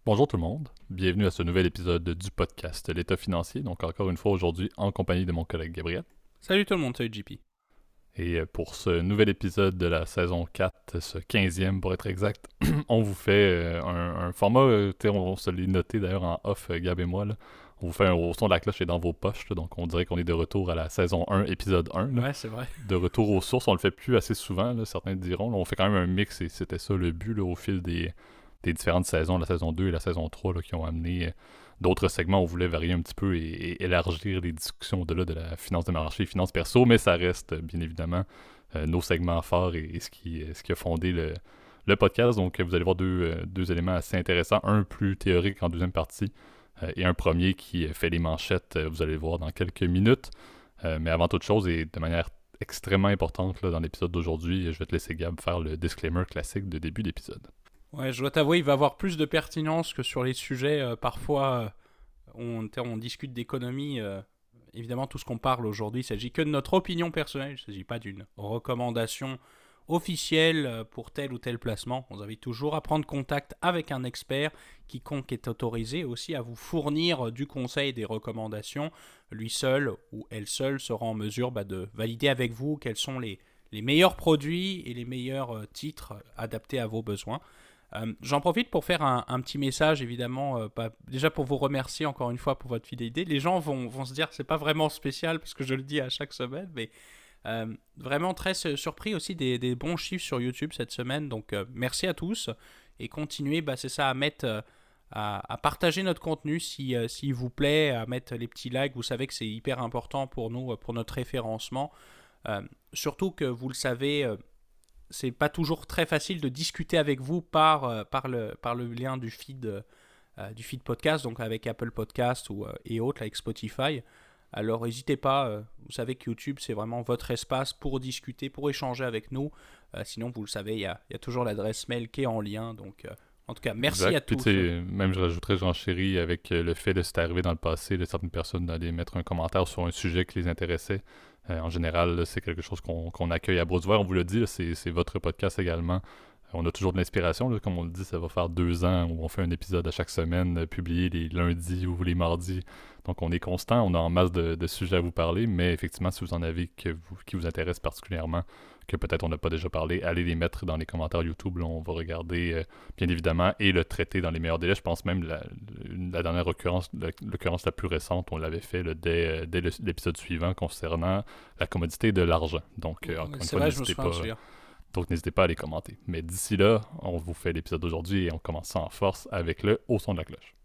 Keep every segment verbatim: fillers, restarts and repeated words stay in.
Bonjour tout le monde, bienvenue à ce nouvel épisode du podcast L'État financier. Donc encore une fois aujourd'hui en compagnie de mon collègue Gabriel. Salut tout le monde, salut J P. Et euh, pour ce nouvel épisode de la saison quatre, ce quinzième pour être exact, on vous fait euh, un, un format, euh, tu sais, on, on se l'est noté d'ailleurs en off, euh, Gab et moi, là. On vous fait un au son de la cloche et dans vos poches, là. Donc on dirait qu'on est de retour à la saison un, épisode un, là. Ouais, c'est vrai. De retour aux sources. On le fait plus assez souvent, là, certains diront. Là, on fait quand même un mix et c'était ça le but là, au fil des, des différentes saisons, la saison deux et la saison trois, là, qui ont amené euh, d'autres segments. On voulait varier un petit peu et, et élargir les discussions au-delà de la finance de marché et finance perso, mais ça reste bien évidemment euh, nos segments forts et, et ce, qui, ce qui a fondé le, le podcast. Donc vous allez voir deux, euh, deux éléments assez intéressants. Un plus théorique en deuxième partie euh, et un premier qui fait les manchettes, euh, vous allez le voir dans quelques minutes. Euh, mais avant toute chose et de manière extrêmement importante là, dans l'épisode d'aujourd'hui, je vais te laisser Gab faire le disclaimer classique de début d'épisode. Ouais, je dois t'avouer, il va avoir plus de pertinence que sur les sujets. euh, parfois, euh, on, on discute d'économie. euh, évidemment, tout ce qu'on parle aujourd'hui, il s'agit que de notre opinion personnelle. Il ne s'agit pas d'une recommandation officielle euh, pour tel ou tel placement. On vous invite toujours à prendre contact avec un expert. Quiconque est autorisé aussi à vous fournir euh, du conseil et des recommandations. Lui seul ou elle seule sera en mesure bah, de valider avec vous quels sont les, les meilleurs produits et les meilleurs euh, titres adaptés à vos besoins. Euh, J'en profite pour faire un, un petit message, évidemment, euh, bah, déjà pour vous remercier encore une fois pour votre fidélité. Les gens vont, vont se dire que c'est pas vraiment spécial parce que je le dis à chaque semaine, mais euh, vraiment très surpris aussi des, des bons chiffres sur YouTube cette semaine. Donc euh, merci à tous et continuez, bah, c'est ça, à mettre, euh, à, à partager notre contenu si, euh, s'il vous plaît, à mettre les petits likes. Vous savez que c'est hyper important pour nous, euh, pour notre référencement. Euh, surtout que vous le savez. Euh, c'est pas toujours très facile de discuter avec vous par, euh, par, le, par le lien du feed, euh, du feed podcast, donc avec Apple Podcast ou, euh, et autres, avec Spotify. Alors n'hésitez pas, euh, vous savez que YouTube c'est vraiment votre espace pour discuter, pour échanger avec nous. Euh, sinon, vous le savez, il y a, y a toujours l'adresse mail qui est en lien. Donc, euh, en tout cas, merci à Exact. Puis tu tous. sais, même je rajouterais, j'en chéris avec euh, le fait de c'est arrivé dans le passé de certaines personnes d'aller mettre un commentaire sur un sujet qui les intéressait. Euh, en général, là, c'est quelque chose qu'on qu'on accueille à bras ouverts. On vous le dit, là, c'est c'est votre podcast également. Euh, On a toujours de l'inspiration, là, comme on le dit, ça va faire deux ans où on fait un épisode à chaque semaine, euh, publié les lundis ou les mardis. Donc on est constant, on a en masse de, de sujets à vous parler, mais effectivement, si vous en avez que vous- qui vous intéressent particulièrement, que peut-être on n'a pas déjà parlé, allez les mettre dans les commentaires YouTube. Là, on va regarder euh, bien évidemment, et le traiter dans les meilleurs délais. Je pense même la, la dernière occurrence, l'occurrence la plus récente, on l'avait fait là, dès, euh, dès l'épisode suivant concernant la commodité de l'argent. Donc, euh, encore une C'est fois, vrai, je me n'hésitez souviens de pas, celui-là. donc n'hésitez pas à les commenter. Mais d'ici là, on vous fait l'épisode d'aujourd'hui et on commence ça en force avec le Au son de la cloche.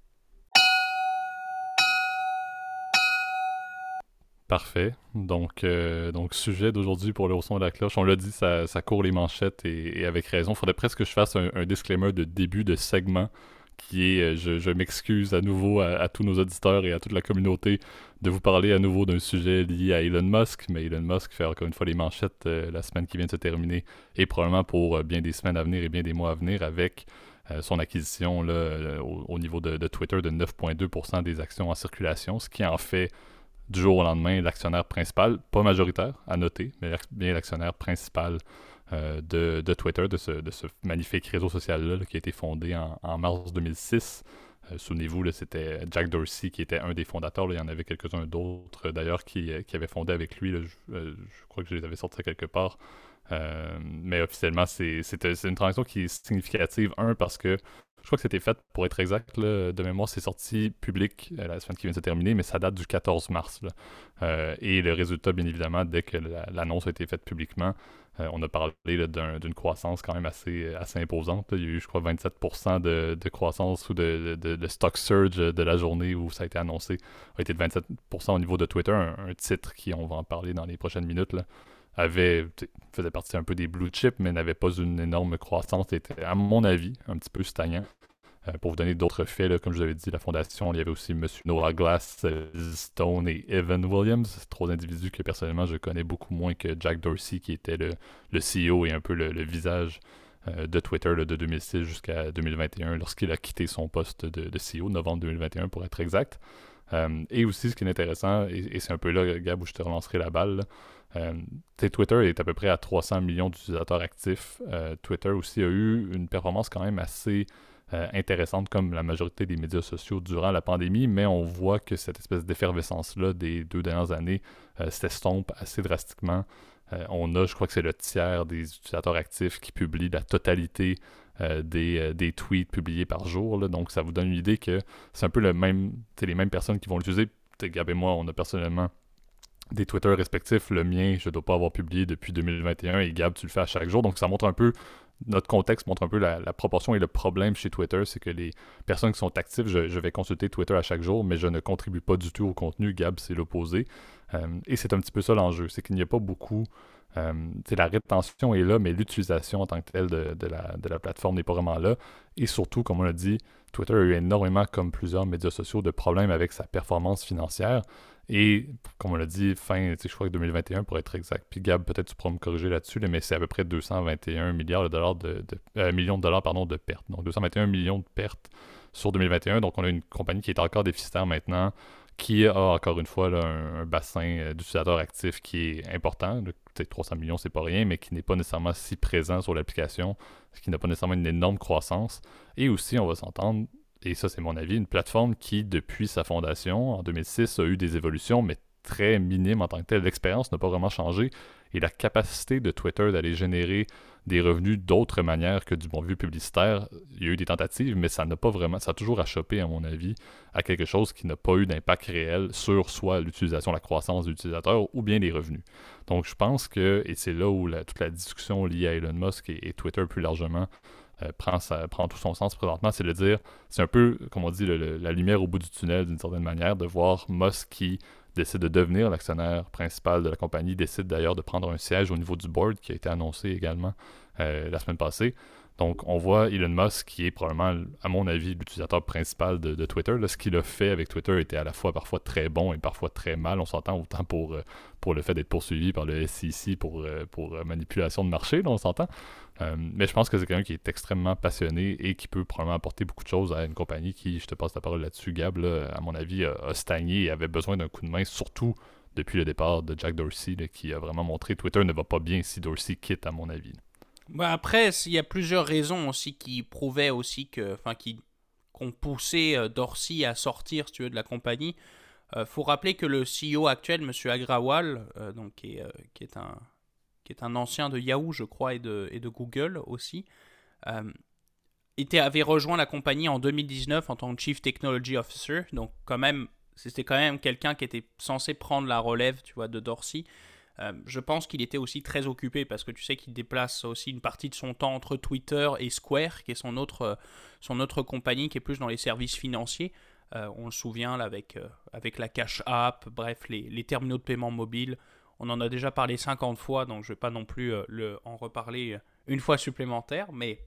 Parfait. Donc, euh, donc sujet d'aujourd'hui pour le Au son de la cloche. On l'a dit, ça, ça court les manchettes et, et avec raison. Il faudrait presque que je fasse un, un disclaimer de début de segment qui est, euh, je, je m'excuse à nouveau à, à tous nos auditeurs et à toute la communauté de vous parler à nouveau d'un sujet lié à Elon Musk, mais Elon Musk fait encore une fois les manchettes euh, la semaine qui vient de se terminer et probablement pour euh, bien des semaines à venir et bien des mois à venir avec euh, son acquisition là, euh, au, au niveau de, de Twitter de neuf virgule deux pour cent des actions en circulation, ce qui en fait du jour au lendemain l'actionnaire principal, pas majoritaire à noter, mais bien l'actionnaire principal euh, de, de Twitter, de ce, de ce magnifique réseau social-là là, qui a été fondé en, en mars deux mille six. Euh, Souvenez-vous, là, c'était Jack Dorsey qui était un des fondateurs. Là. Il y en avait quelques-uns d'autres d'ailleurs qui, qui avaient fondé avec lui. Là. Je, euh, je crois que je les avais sortis quelque part. Euh, mais officiellement, c'est, c'est, c'est une transaction qui est significative. Un, parce que je crois que c'était fait, pour être exact, là, de mémoire, c'est sorti public euh, la semaine qui vient de se terminer, mais ça date du quatorze mars. Là. Euh, et le résultat, bien évidemment, dès que la, l'annonce a été faite publiquement, euh, on a parlé là, d'un, d'une croissance quand même assez, assez imposante. Là. Il y a eu, je crois, vingt-sept pour cent de, de croissance ou de, de, de stock surge de la journée où ça a été annoncé. A été de vingt-sept pour cent au niveau de Twitter, un, un titre qui, on va en parler dans les prochaines minutes, là, avait, faisait partie un peu des blue chips, mais n'avait pas une énorme croissance. Était, à mon avis, un petit peu stagnant. Euh, pour vous donner d'autres faits, là, comme je vous avais dit, la fondation, il y avait aussi M. Noah Glass, euh, Stone et Evan Williams, trois individus que personnellement je connais beaucoup moins que Jack Dorsey, qui était le, le C E O et un peu le, le visage euh, de Twitter là, de deux mille six jusqu'à deux mille vingt et un, lorsqu'il a quitté son poste de, de C E O, novembre deux mille vingt et un pour être exact. Euh, et aussi, ce qui est intéressant, et, et c'est un peu là, Gab, où je te relancerai la balle, là, euh, Twitter est à peu près à trois cents millions d'utilisateurs actifs. Euh, Twitter aussi a eu une performance quand même assez euh, intéressante comme la majorité des médias sociaux durant la pandémie, mais on voit que cette espèce d'effervescence-là des deux dernières années euh, s'estompe assez drastiquement. Euh, on a, je crois que c'est le tiers des utilisateurs actifs qui publient la totalité euh, des, euh, des tweets publiés par jour. Là. Donc, ça vous donne une idée que c'est un peu le même, les mêmes personnes qui vont l'utiliser. Gab et moi, on a personnellement des Twitter respectifs. Le mien, je ne dois pas avoir publié depuis deux mille vingt et un et Gab, tu le fais à chaque jour. Donc, ça montre un peu, notre contexte montre un peu la, la proportion et le problème chez Twitter, c'est que les personnes qui sont actives, je, je vais consulter Twitter à chaque jour, mais je ne contribue pas du tout au contenu. Gab, c'est l'opposé. Euh, et c'est un petit peu ça l'enjeu, c'est qu'il n'y a pas beaucoup... Euh, la rétention est là, mais l'utilisation en tant que telle de, de, la, de la plateforme n'est pas vraiment là. Et surtout, comme on l'a dit, Twitter a eu énormément, comme plusieurs médias sociaux, de problèmes avec sa performance financière. Et comme on l'a dit, fin, je crois que deux mille vingt et un pour être exact. Puis Gab, peut-être tu pourras me corriger là-dessus, là, mais c'est à peu près deux cent vingt et un milliards de dollars de, de euh, millions de dollars pardon, de pertes. Donc deux cent vingt et un millions de pertes sur deux mille vingt et un. Donc on a une compagnie qui est encore déficitaire maintenant, qui a encore une fois là, un, un bassin d'utilisateurs actifs qui est important. Peut-être trois cents millions, c'est pas rien, mais qui n'est pas nécessairement si présent sur l'application, qui n'a pas nécessairement une énorme croissance. Et aussi, on va s'entendre, et ça c'est mon avis, une plateforme qui, depuis sa fondation, en deux mille six, a eu des évolutions, mais très minimes en tant que telle. L'expérience n'a pas vraiment changé. Et la capacité de Twitter d'aller générer des revenus d'autres manières que du bon vieux publicitaire, il y a eu des tentatives, mais ça n'a pas vraiment, ça a toujours achoppé, à mon avis, à quelque chose qui n'a pas eu d'impact réel sur soit l'utilisation, la croissance de l'utilisateur ou bien les revenus. Donc je pense que, et c'est là où la, toute la discussion liée à Elon Musk et, et Twitter plus largement euh, prend, sa, prend tout son sens présentement, c'est de dire, c'est un peu, comme on dit, le, le, la lumière au bout du tunnel d'une certaine manière, de voir Musk qui décide de devenir l'actionnaire principal de la compagnie, décide d'ailleurs de prendre un siège au niveau du board qui a été annoncé également euh, la semaine passée. Donc on voit Elon Musk qui est probablement, à mon avis, l'utilisateur principal de, de Twitter. Là, ce qu'il a fait avec Twitter était à la fois parfois très bon et parfois très mal. On s'entend autant pour, euh, pour le fait d'être poursuivi par le S E C pour, euh, pour euh, manipulation de marché, là, on s'entend. Euh, mais je pense que c'est quelqu'un qui est extrêmement passionné et qui peut probablement apporter beaucoup de choses à une compagnie qui, je te passe la parole là-dessus, Gab, là, à mon avis, a, a stagné et avait besoin d'un coup de main, surtout depuis le départ de Jack Dorsey, là, qui a vraiment montré que Twitter ne va pas bien si Dorsey quitte, à mon avis. Bah après, il y a plusieurs raisons aussi qui prouvaient aussi que, enfin, qui ont poussé Dorsey à sortir, si tu veux, de la compagnie. Euh, faut rappeler que le C E O actuel, M. Agrawal, euh, donc qui est, euh, qui est un qui est un ancien de Yahoo, je crois, et de, et de Google aussi, euh, était, avait rejoint la compagnie en deux mille dix-neuf en tant que Chief Technology Officer. Donc quand même, c'était quand même quelqu'un qui était censé prendre la relève, tu vois, de Dorsey. Euh, je pense qu'il était aussi très occupé parce que tu sais qu'il déplace aussi une partie de son temps entre Twitter et Square, qui est son autre, son autre compagnie qui est plus dans les services financiers. Euh, on le souvient là, avec, euh, avec la Cash App, bref, les, les terminaux de paiement mobile. On en a déjà parlé cinquante fois, donc je ne vais pas non plus euh, le, en reparler une fois supplémentaire. Mais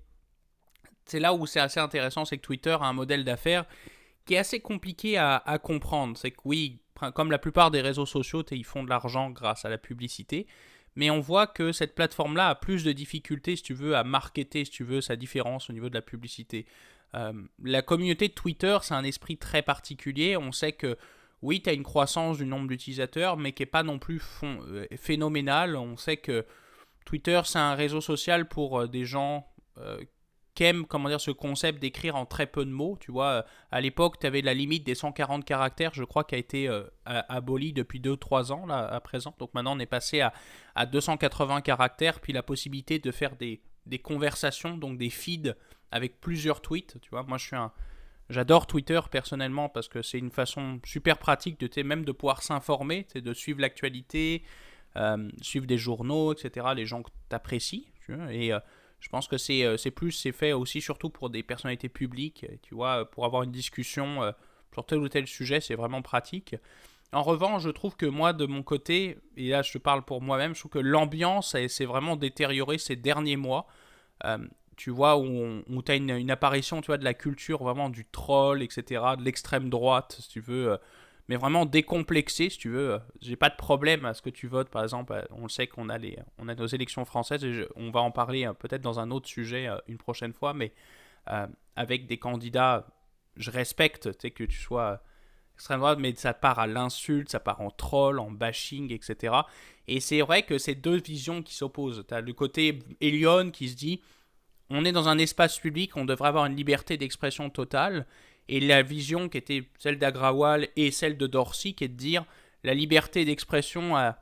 c'est là où c'est assez intéressant, c'est que Twitter a un modèle d'affaires qui est assez compliqué à, à comprendre. C'est que oui, comme la plupart des réseaux sociaux, ils font de l'argent grâce à la publicité, mais on voit que cette plateforme-là a plus de difficultés, si tu veux, à marketer, si tu veux, sa différence au niveau de la publicité. Euh, la communauté de Twitter, c'est un esprit très particulier. On sait que, oui, tu as une croissance du nombre d'utilisateurs, mais qui n'est pas non plus fond, euh, phénoménale. On sait que Twitter, c'est un réseau social pour euh, des gens euh, qui aiment, comment dire, ce concept d'écrire en très peu de mots. Tu vois, à l'époque, tu avais la limite des cent quarante caractères, je crois, qui a été euh, abolie depuis deux ou trois ans, là, à présent. Donc maintenant, on est passé à, à deux cent quatre-vingts caractères, puis la possibilité de faire des, des conversations, donc des feeds avec plusieurs tweets. Tu vois, moi, je suis un... J'adore Twitter personnellement parce que c'est une façon super pratique de, même de pouvoir s'informer, de suivre l'actualité, euh, suivre des journaux, et cetera, les gens que tu apprécies. Tu vois, et... Euh, je pense que c'est, c'est plus, c'est fait aussi surtout pour des personnalités publiques, tu vois, pour avoir une discussion euh, sur tel ou tel sujet, c'est vraiment pratique. En revanche, je trouve que moi, de mon côté, et là je te parle pour moi-même, je trouve que l'ambiance s'est vraiment détériorée ces derniers mois. Euh, tu vois, où, où tu as une, une apparition, tu vois, de la culture vraiment du troll, et cetera, de l'extrême droite, si tu veux, euh, mais vraiment décomplexé, si tu veux. J'ai pas de problème à ce que tu votes, par exemple. On le sait qu'on a, les, on a nos élections françaises, et je, on va en parler euh, peut-être dans un autre sujet euh, une prochaine fois, mais euh, avec des candidats, je respecte, tu sais, que tu sois extrême droite, mais ça part à l'insulte, ça part en troll, en bashing, et cetera. Et c'est vrai que c'est deux visions qui s'opposent. Tu as le côté Elion qui se dit, on est dans un espace public, on devrait avoir une liberté d'expression totale. Et la vision qui était celle d'Agrawal et celle de Dorsey, qui est de dire la liberté d'expression a,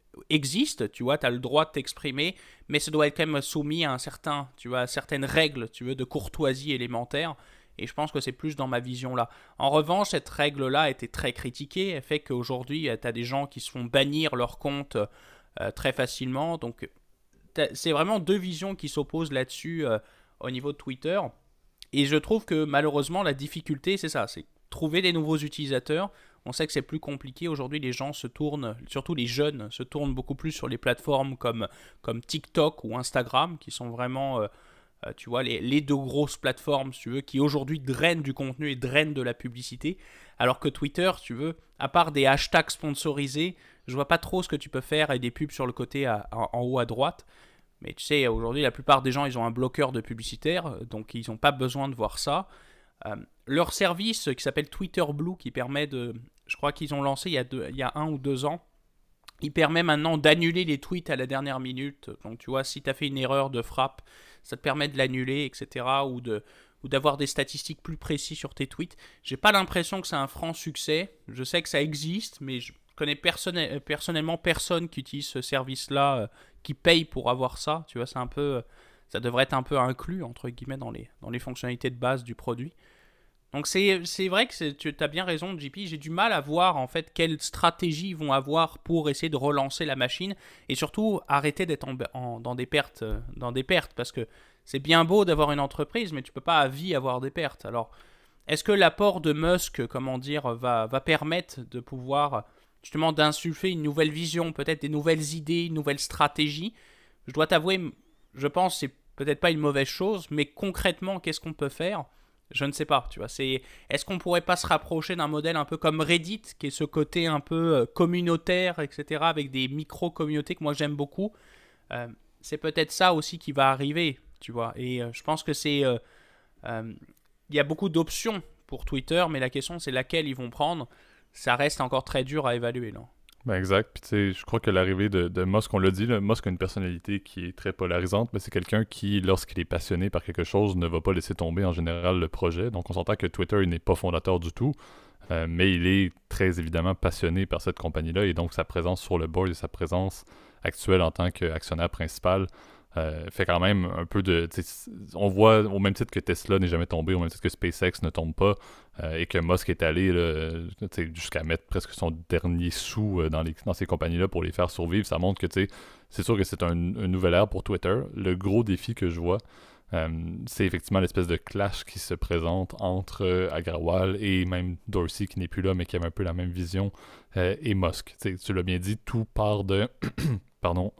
existe, tu vois, tu as le droit de t'exprimer, mais ça doit être quand même soumis à un certain, tu vois, à certaines règles, tu veux, de courtoisie élémentaire. Et je pense que c'est plus dans ma vision là. En revanche, cette règle-là a été très critiquée. Elle fait qu'aujourd'hui, tu as des gens qui se font bannir leur compte euh, très facilement. Donc, c'est vraiment deux visions qui s'opposent là-dessus euh, au niveau de Twitter. Et je trouve que malheureusement, la difficulté, c'est ça, c'est trouver des nouveaux utilisateurs. On sait que c'est plus compliqué. Aujourd'hui, les gens se tournent, surtout les jeunes, se tournent beaucoup plus sur les plateformes comme, comme TikTok ou Instagram, qui sont vraiment, euh, euh, tu vois, les, les deux grosses plateformes, si tu veux, qui aujourd'hui drainent du contenu et drainent de la publicité. Alors que Twitter, si tu veux, à part des hashtags sponsorisés, je vois pas trop ce que tu peux faire et des pubs sur le côté à, à, en haut à droite. Mais tu sais, aujourd'hui, la plupart des gens, ils ont un bloqueur de publicitaire, donc ils n'ont pas besoin de voir ça. Euh, leur service qui s'appelle Twitter Blue, qui permet de... Je crois qu'ils ont lancé il y a, deux, il y a un ou deux ans. Il permet maintenant d'annuler les tweets à la dernière minute. Donc tu vois, si tu as fait une erreur de frappe, ça te permet de l'annuler, et cetera. Ou, de, ou d'avoir des statistiques plus précises sur tes tweets. J'ai pas l'impression que c'est un franc succès. Je sais que ça existe, mais je connais personnel, personnellement personne qui utilise ce service-là, euh, qui paye pour avoir ça. Tu vois, c'est un peu... Ça devrait être un peu inclus, entre guillemets, dans les, dans les fonctionnalités de base du produit. Donc c'est, c'est vrai que c'est, tu as bien raison, J P. J'ai du mal à voir en fait quelle stratégie ils vont avoir pour essayer de relancer la machine et surtout arrêter d'être en, en, dans, des pertes, dans des pertes parce que c'est bien beau d'avoir une entreprise, mais tu peux pas à vie avoir des pertes. Alors, est-ce que l'apport de Musk, comment dire, va, va permettre de pouvoir justement d'insuffler une nouvelle vision, peut-être des nouvelles idées, une nouvelle stratégie? Je dois t'avouer, je pense que c'est peut-être pas une mauvaise chose, mais concrètement, qu'est-ce qu'on peut faire? Je ne sais pas, tu vois. C'est... Est-ce qu'on pourrait pas se rapprocher d'un modèle un peu comme Reddit, qui est ce côté un peu communautaire, et cetera, avec des micro-communautés que moi j'aime beaucoup. Euh, c'est peut-être ça aussi qui va arriver, tu vois. Et euh, je pense que c'est... Euh, euh, il y a beaucoup d'options pour Twitter, mais la question c'est laquelle ils vont prendre. Ça reste encore très dur à évaluer, là. Ben exact. Puis tu sais, je crois que l'arrivée de, de Musk, on l'a dit, là, Musk a une personnalité qui est très polarisante, mais c'est quelqu'un qui, lorsqu'il est passionné par quelque chose, ne va pas laisser tomber en général le projet. Donc on s'entend que Twitter, il n'est pas fondateur du tout, euh, mais il est très évidemment passionné par cette compagnie-là, et donc sa présence sur le board et sa présence actuelle en tant qu'actionnaire principal euh, fait quand même un peu de... On voit, au même titre que Tesla n'est jamais tombé, au même titre que SpaceX ne tombe pas, euh, et que Musk est allé là, jusqu'à mettre presque son dernier sou euh, dans, les, dans ces compagnies-là pour les faire survivre, ça montre que c'est sûr que c'est un, un nouvel ère pour Twitter. Le gros défi que je vois, euh, c'est effectivement l'espèce de clash qui se présente entre euh, Agrawal et même Dorsey qui n'est plus là, mais qui avait un peu la même vision, euh, et Musk. T'sais, tu l'as bien dit, tout part de... Pardon,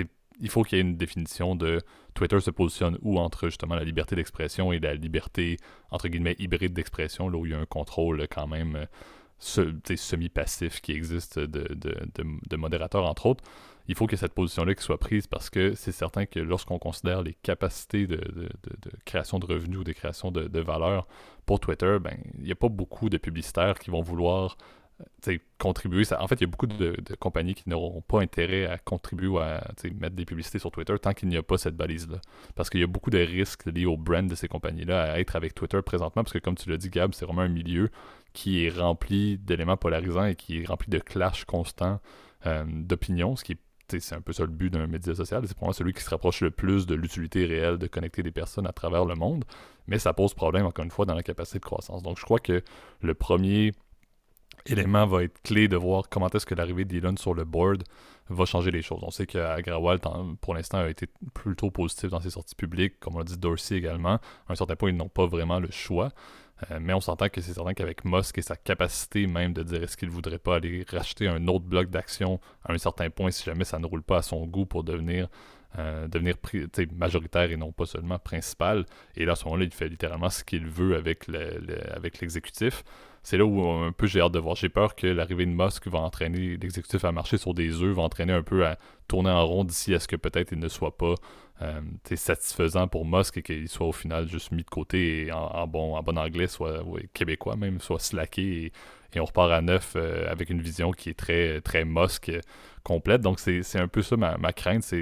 il faut qu'il y ait une définition de Twitter se positionne où entre justement la liberté d'expression et la liberté entre guillemets hybride d'expression, là où il y a un contrôle quand même ce, semi-passif qui existe de, de, de, de modérateurs entre autres. Il faut que cette position-là qui soit prise parce que c'est certain que lorsqu'on considère les capacités de, de, de, de création de revenus ou de création de, de valeur pour Twitter, ben il n'y a pas beaucoup de publicitaires qui vont vouloir contribuer. Ça, en fait, il y a beaucoup de, de compagnies qui n'auront pas intérêt à contribuer ou à mettre des publicités sur Twitter tant qu'il n'y a pas cette balise-là. Parce qu'il y a beaucoup de risques liés au brand de ces compagnies-là à être avec Twitter présentement, parce que comme tu l'as dit, Gab, c'est vraiment un milieu qui est rempli d'éléments polarisants et qui est rempli de clashs constants euh, d'opinions, ce qui est c'est un peu ça le but d'un média social. C'est pour moi celui qui se rapproche le plus de l'utilité réelle de connecter des personnes à travers le monde. Mais ça pose problème, encore une fois, dans la capacité de croissance. Donc, je crois que le premier élément va être clé de voir comment est-ce que l'arrivée d'Elon sur le board va changer les choses. On sait qu'Agrawal, pour l'instant, a été plutôt positif dans ses sorties publiques, comme on l'a dit Dorsey également. À un certain point, ils n'ont pas vraiment le choix. Euh, mais on s'entend que c'est certain qu'avec Musk et sa capacité même de dire est-ce qu'il ne voudrait pas aller racheter un autre bloc d'action à un certain point si jamais ça ne roule pas à son goût pour devenir, euh, devenir majoritaire et non pas seulement principal. Et là, à ce moment-là, il fait littéralement ce qu'il veut avec, le, le, avec l'exécutif. C'est là où un peu j'ai hâte de voir. J'ai peur que l'arrivée de Musk va entraîner l'exécutif à marcher sur des œufs, va entraîner un peu à tourner en rond d'ici à ce que peut-être il ne soit pas euh, satisfaisant pour Musk et qu'il soit au final juste mis de côté et en, en, bon, en bon anglais, soit ouais, québécois même, soit slacké et, et on repart à neuf euh, avec une vision qui est très, très Musk euh, complète. Donc c'est, c'est un peu ça ma, ma crainte, c'est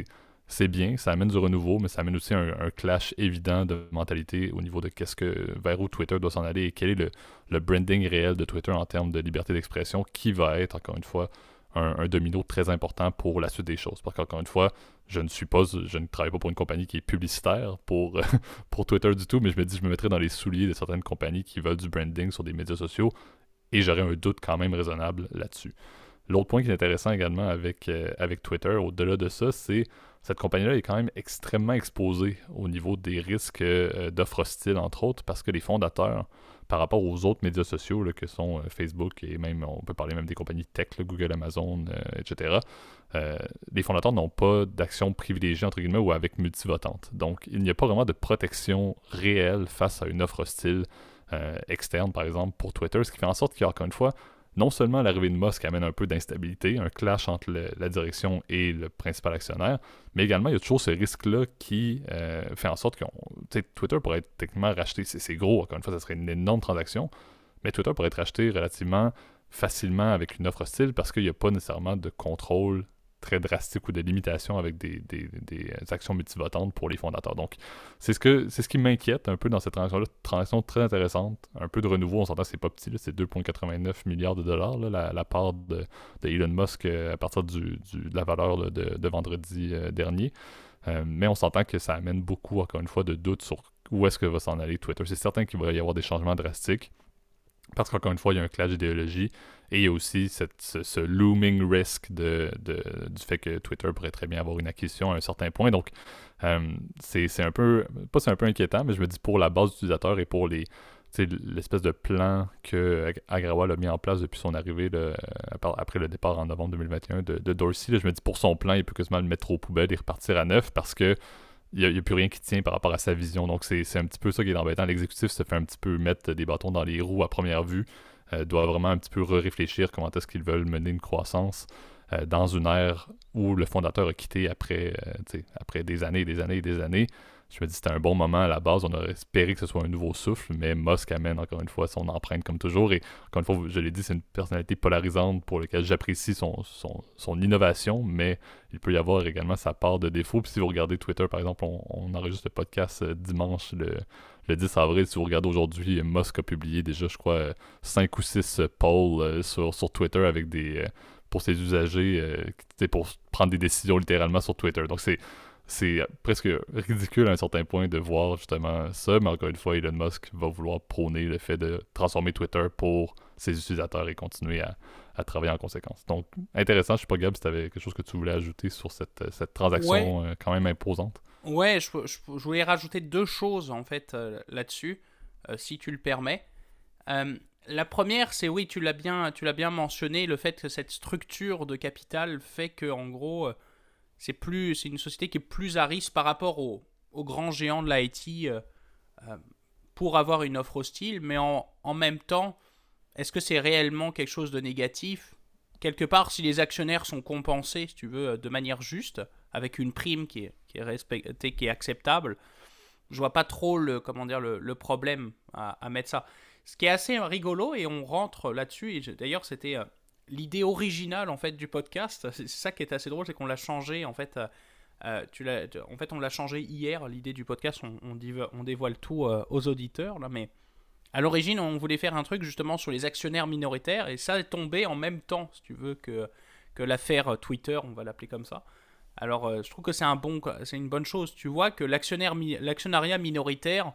c'est bien, ça amène du renouveau, mais ça amène aussi un, un clash évident de mentalité au niveau de qu'est-ce que vers où Twitter doit s'en aller et quel est le, le branding réel de Twitter en termes de liberté d'expression, qui va être, encore une fois, un, un domino très important pour la suite des choses. Parce qu'encore une fois, je ne suis pas, je ne travaille pas pour une compagnie qui est publicitaire pour, pour Twitter du tout, mais je me dis, je me mettrais dans les souliers de certaines compagnies qui veulent du branding sur des médias sociaux et j'aurais un doute quand même raisonnable là-dessus. L'autre point qui est intéressant également avec, euh, avec Twitter, au-delà de ça, c'est cette compagnie-là est quand même extrêmement exposée au niveau des risques euh, d'offres hostiles, entre autres, parce que les fondateurs, par rapport aux autres médias sociaux là, que sont euh, Facebook et même, on peut parler même des compagnies tech, là, Google, Amazon, euh, et cetera, euh, les fondateurs n'ont pas d'action privilégiée, entre guillemets, ou avec multivotante. Donc, il n'y a pas vraiment de protection réelle face à une offre hostile euh, externe, par exemple, pour Twitter, ce qui fait en sorte qu'il y a, encore une fois, non seulement l'arrivée de Musk amène un peu d'instabilité, un clash entre le, la direction et le principal actionnaire, mais également il y a toujours ce risque-là qui euh, fait en sorte que Twitter pourrait être techniquement racheté. C'est, c'est gros, encore une fois, ça serait une énorme transaction, mais Twitter pourrait être racheté relativement facilement avec une offre hostile parce qu'il n'y a pas nécessairement de contrôle très drastique ou de limitation avec des, des, des actions multivotantes pour les fondateurs. Donc, c'est ce que c'est ce qui m'inquiète un peu dans cette transaction-là. Transaction très intéressante. Un peu de renouveau, on s'entend, c'est pas petit, là, c'est deux virgule quatre-vingt-neuf milliards de dollars, là, la, la part de, de Elon Musk euh, à partir du, du, de la valeur là, de, de vendredi euh, dernier. Euh, mais on s'entend que ça amène beaucoup, encore une fois, de doutes sur où est-ce que va s'en aller Twitter. C'est certain qu'il va y avoir des changements drastiques. Parce qu'encore une fois, il y a un clash d'idéologie et il y a aussi cette, ce, ce looming risk de, de, du fait que Twitter pourrait très bien avoir une acquisition à un certain point. Donc, euh, c'est, c'est un peu, pas c'est un peu inquiétant, mais je me dis pour la base d'utilisateurs et pour les, l'espèce de plan que Agrawal a mis en place depuis son arrivée là, après le départ en novembre deux mille vingt et un de, de Dorsey. Là, je me dis pour son plan, il peut quasiment le mettre aux poubelles et repartir à neuf parce que il n'y a, a plus rien qui tient par rapport à sa vision. Donc, c'est, c'est un petit peu ça qui est embêtant. L'exécutif se fait un petit peu mettre des bâtons dans les roues à première vue. Euh, doit vraiment un petit peu réfléchir comment est-ce qu'ils veulent mener une croissance euh, dans une ère où le fondateur a quitté après, euh, après des années et des années et des années. Je me dis que c'était un bon moment à la base. On aurait espéré que ce soit un nouveau souffle, mais Musk amène encore une fois son empreinte comme toujours. Et encore une fois, je l'ai dit, c'est une personnalité polarisante pour laquelle j'apprécie son, son, son innovation, mais il peut y avoir également sa part de défaut. Puis si vous regardez Twitter, par exemple, on, on enregistre le podcast euh, dimanche, le, le dix avril. Si vous regardez aujourd'hui, Musk a publié déjà, je crois, cinq ou six polls euh, sur, sur Twitter avec des euh, pour ses usagers, euh, pour prendre des décisions littéralement sur Twitter. Donc c'est c'est presque ridicule à un certain point de voir justement ça, mais encore une fois, Elon Musk va vouloir prôner le fait de transformer Twitter pour ses utilisateurs et continuer à, à travailler en conséquence. Donc, intéressant. Je sais pas, Gab, si tu avais quelque chose que tu voulais ajouter sur cette, cette transaction ouais. euh, quand même imposante. Ouais, je, je, je voulais rajouter deux choses en fait euh, là-dessus, euh, si tu le permets. Euh, la première, c'est oui, tu l'as bien, tu l'as bien mentionné, le fait que cette structure de capital fait que en gros, euh, c'est plus, c'est une société qui est plus à risque par rapport aux, aux grands géants de l'I T euh, euh, pour avoir une offre hostile, mais en, en même temps, est-ce que c'est réellement quelque chose de négatif ? Quelque part, si les actionnaires sont compensés, si tu veux, de manière juste, avec une prime qui est, qui est respectée, qui est acceptable, je vois pas trop le, comment dire, le, le problème à, à mettre ça. Ce qui est assez rigolo, et on rentre là-dessus, et je, d'ailleurs c'était euh, l'idée originale en fait du podcast, c'est, c'est ça qui est assez drôle, c'est qu'on l'a changé en fait, euh, tu l'as, en fait on l'a changé hier, l'idée du podcast, on, on, div, on dévoile tout euh, aux auditeurs, là, mais à l'origine on voulait faire un truc justement sur les actionnaires minoritaires, et ça est tombé en même temps, si tu veux, que, que l'affaire Twitter, on va l'appeler comme ça. Alors euh, je trouve que c'est, un bon, c'est une bonne chose, tu vois que l'actionnaire, l'actionnariat minoritaire,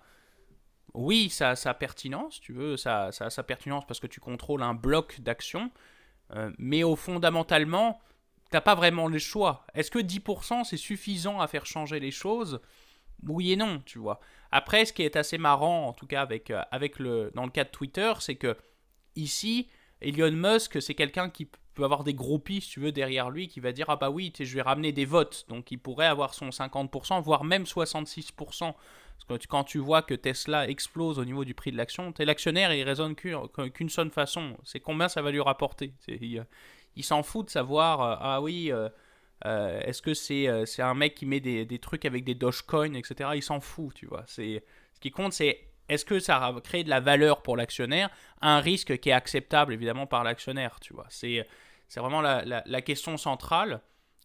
oui, ça a sa pertinence, tu veux, ça, ça a sa pertinence parce que tu contrôles un bloc d'actions, euh, mais au fondamentalement, t'as pas vraiment le choix. Est-ce que dix pour cent c'est suffisant à faire changer les choses ? Oui et non, tu vois. Après, ce qui est assez marrant, en tout cas avec, euh, avec le, dans le cas de Twitter, c'est que ici, Elon Musk, c'est quelqu'un qui peut avoir des groupies, si tu veux, derrière lui, qui va dire « Ah bah oui, je vais ramener des votes ». Donc il pourrait avoir son cinquante pour cent, voire même soixante-six pour cent. Parce que quand tu vois que Tesla explose au niveau du prix de l'action, t'es l'actionnaire et il raisonne qu'une seule façon, c'est combien ça va lui rapporter. C'est, il, il s'en fout de savoir, euh, ah oui, euh, euh, est-ce que c'est, euh, c'est un mec qui met des, des trucs avec des Dogecoin, et cetera. Il s'en fout, tu vois. C'est, ce qui compte, c'est est-ce que ça va créer de la valeur pour l'actionnaire, un risque qui est acceptable évidemment par l'actionnaire, tu vois. C'est, c'est vraiment la, la, la question centrale.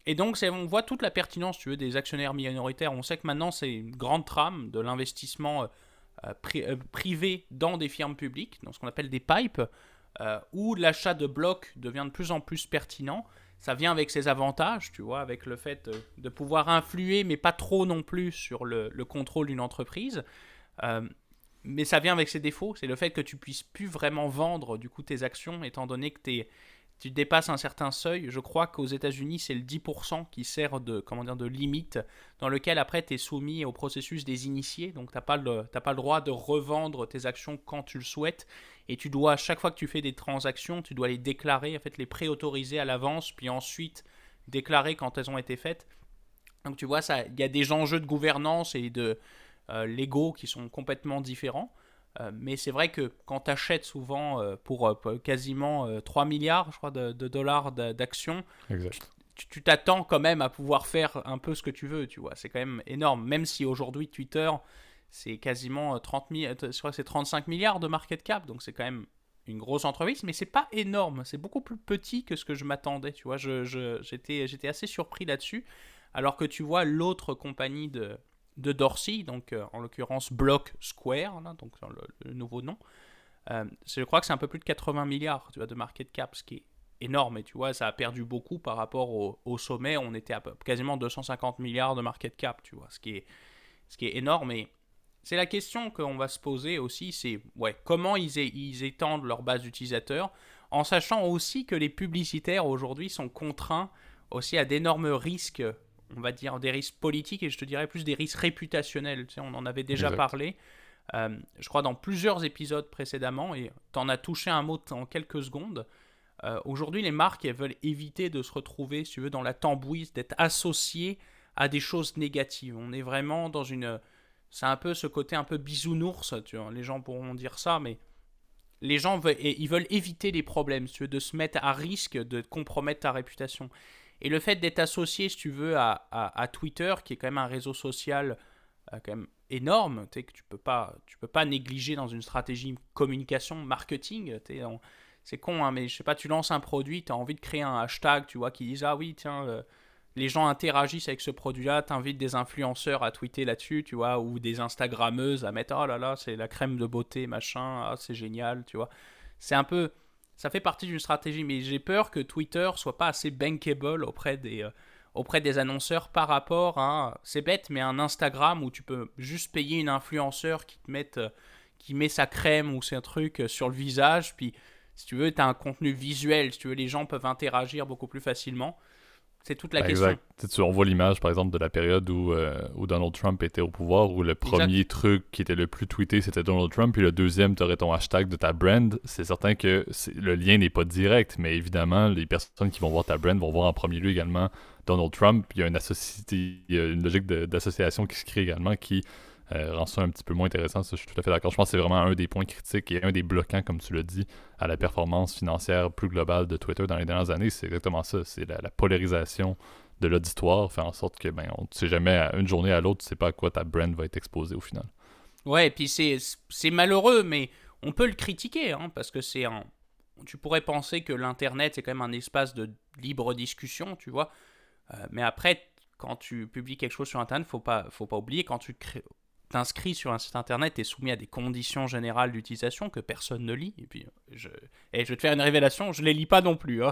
Et donc, c'est, on voit toute la pertinence, tu veux, des actionnaires minoritaires. On sait que maintenant, c'est une grande trame de l'investissement euh, pri- euh, privé dans des firmes publiques, dans ce qu'on appelle des pipes, euh, où l'achat de blocs devient de plus en plus pertinent. Ça vient avec ses avantages, tu vois, avec le fait euh, de pouvoir influer, mais pas trop non plus, sur le, le contrôle d'une entreprise. Euh, mais ça vient avec ses défauts. C'est le fait que tu puisses plus vraiment vendre, du coup, tes actions, étant donné que t'es tu dépasses un certain seuil. Je crois qu'aux États-Unis, c'est le dix pour cent qui sert de, comment dire, de limite, dans lequel après tu es soumis au processus des initiés. Donc tu n'as pas, le, t'as pas le droit de revendre tes actions quand tu le souhaites. Et tu dois, chaque fois que tu fais des transactions, tu dois les déclarer, en fait les préautoriser à l'avance, puis ensuite déclarer quand elles ont été faites. Donc tu vois, il y a des enjeux de gouvernance et de euh, légaux qui sont complètement différents. Euh, mais c'est vrai que quand tu achètes souvent euh, pour, euh, pour quasiment euh, trois milliards, je crois, de, de dollars d'actions, Exact. tu tu t'attends quand même à pouvoir faire un peu ce que tu veux, tu vois. C'est quand même énorme. Même si aujourd'hui, Twitter, c'est quasiment trente mille, je crois que c'est trente-cinq milliards de market cap, donc c'est quand même une grosse entreprise, mais c'est pas énorme. C'est beaucoup plus petit que ce que je m'attendais, tu vois. Je, je, j'étais, j'étais assez surpris là-dessus. Alors que tu vois l'autre compagnie de de Dorsey, donc euh, en l'occurrence Block Square, là, donc le, le nouveau nom. Euh, je crois que c'est un peu plus de quatre-vingts milliards, tu vois, de market cap, ce qui est énorme. Et tu vois, ça a perdu beaucoup par rapport au, au sommet. On était à peu, quasiment deux cent cinquante milliards de market cap, tu vois, ce qui est, ce qui est énorme. Et c'est la question qu'on va se poser aussi, c'est ouais, comment ils, é- ils étendent leur base d'utilisateurs, en sachant aussi que les publicitaires aujourd'hui sont contraints aussi à d'énormes risques, on va dire des risques politiques, et je te dirais plus des risques réputationnels. Tu sais, on en avait déjà Exact. parlé, euh, je crois, dans plusieurs épisodes précédemment, et tu en as touché un mot en quelques secondes. Euh, aujourd'hui, les marques, elles veulent éviter de se retrouver, si tu veux, dans la tambouille, d'être associées à des choses négatives. On est vraiment dans une... C'est un peu ce côté un peu bisounours, tu vois. Les gens pourront dire ça, mais les gens veulent, ils veulent éviter les problèmes, si tu veux, de se mettre à risque de compromettre ta réputation. Et le fait d'être associé, si tu veux, à, à, à Twitter, qui est quand même un réseau social euh, quand même énorme, que tu peux pas, tu peux pas négliger dans une stratégie communication, marketing. On, c'est con, hein, mais je sais pas, tu lances un produit, tu as envie de créer un hashtag, tu vois, qui dise ah oui, tiens, euh, les gens interagissent avec ce produit-là, tu invites des influenceurs à tweeter là-dessus, tu vois, ou des Instagrammeuses à mettre oh là là, c'est la crème de beauté, machin, ah, c'est génial, tu vois. C'est un peu. Ça fait partie d'une stratégie, mais j'ai peur que Twitter soit pas assez bankable auprès des, euh, auprès des annonceurs par rapport à, c'est bête, mais un Instagram où tu peux juste payer une influenceur qui te mette, euh, qui met sa crème ou ses trucs euh, sur le visage, puis si tu veux, tu as un contenu visuel, si tu veux, les gens peuvent interagir beaucoup plus facilement. C'est toute la Ben, question. exact. Tu sais, tu- on voit l'image, par exemple, de la période où, euh, où Donald Trump était au pouvoir, où le premier Exact. truc qui était le plus tweeté, c'était Donald Trump, puis le deuxième, tu aurais ton hashtag de ta brand. C'est certain que c'est- le lien n'est pas direct, mais évidemment, les personnes qui vont voir ta brand vont voir en premier lieu également Donald Trump. Puis il y a une, associ- il y a une logique de- d'association qui se crée également qui euh, rend ça un petit peu moins intéressant. Ça, je suis tout à fait d'accord. Je pense que c'est vraiment un des points critiques et un des bloquants, comme tu l'as dit, à la performance financière plus globale de Twitter dans les dernières années. C'est exactement ça. C'est la, la polarisation de l'auditoire fait en sorte que ben on ne sait jamais à une journée à l'autre, tu sais pas à quoi ta brand va être exposée au final. Ouais, et puis c'est, c'est malheureux, mais on peut le critiquer, hein, parce que c'est un... Tu pourrais penser que l'Internet, c'est quand même un espace de libre discussion, tu vois. Euh, mais après, quand tu publies quelque chose sur Internet, faut pas, faut pas oublier, quand tu crées- t'inscris sur un site Internet, tu es soumis à des conditions générales d'utilisation que personne ne lit. Et puis, je, et je vais te faire une révélation, je les lis pas non plus. Hein.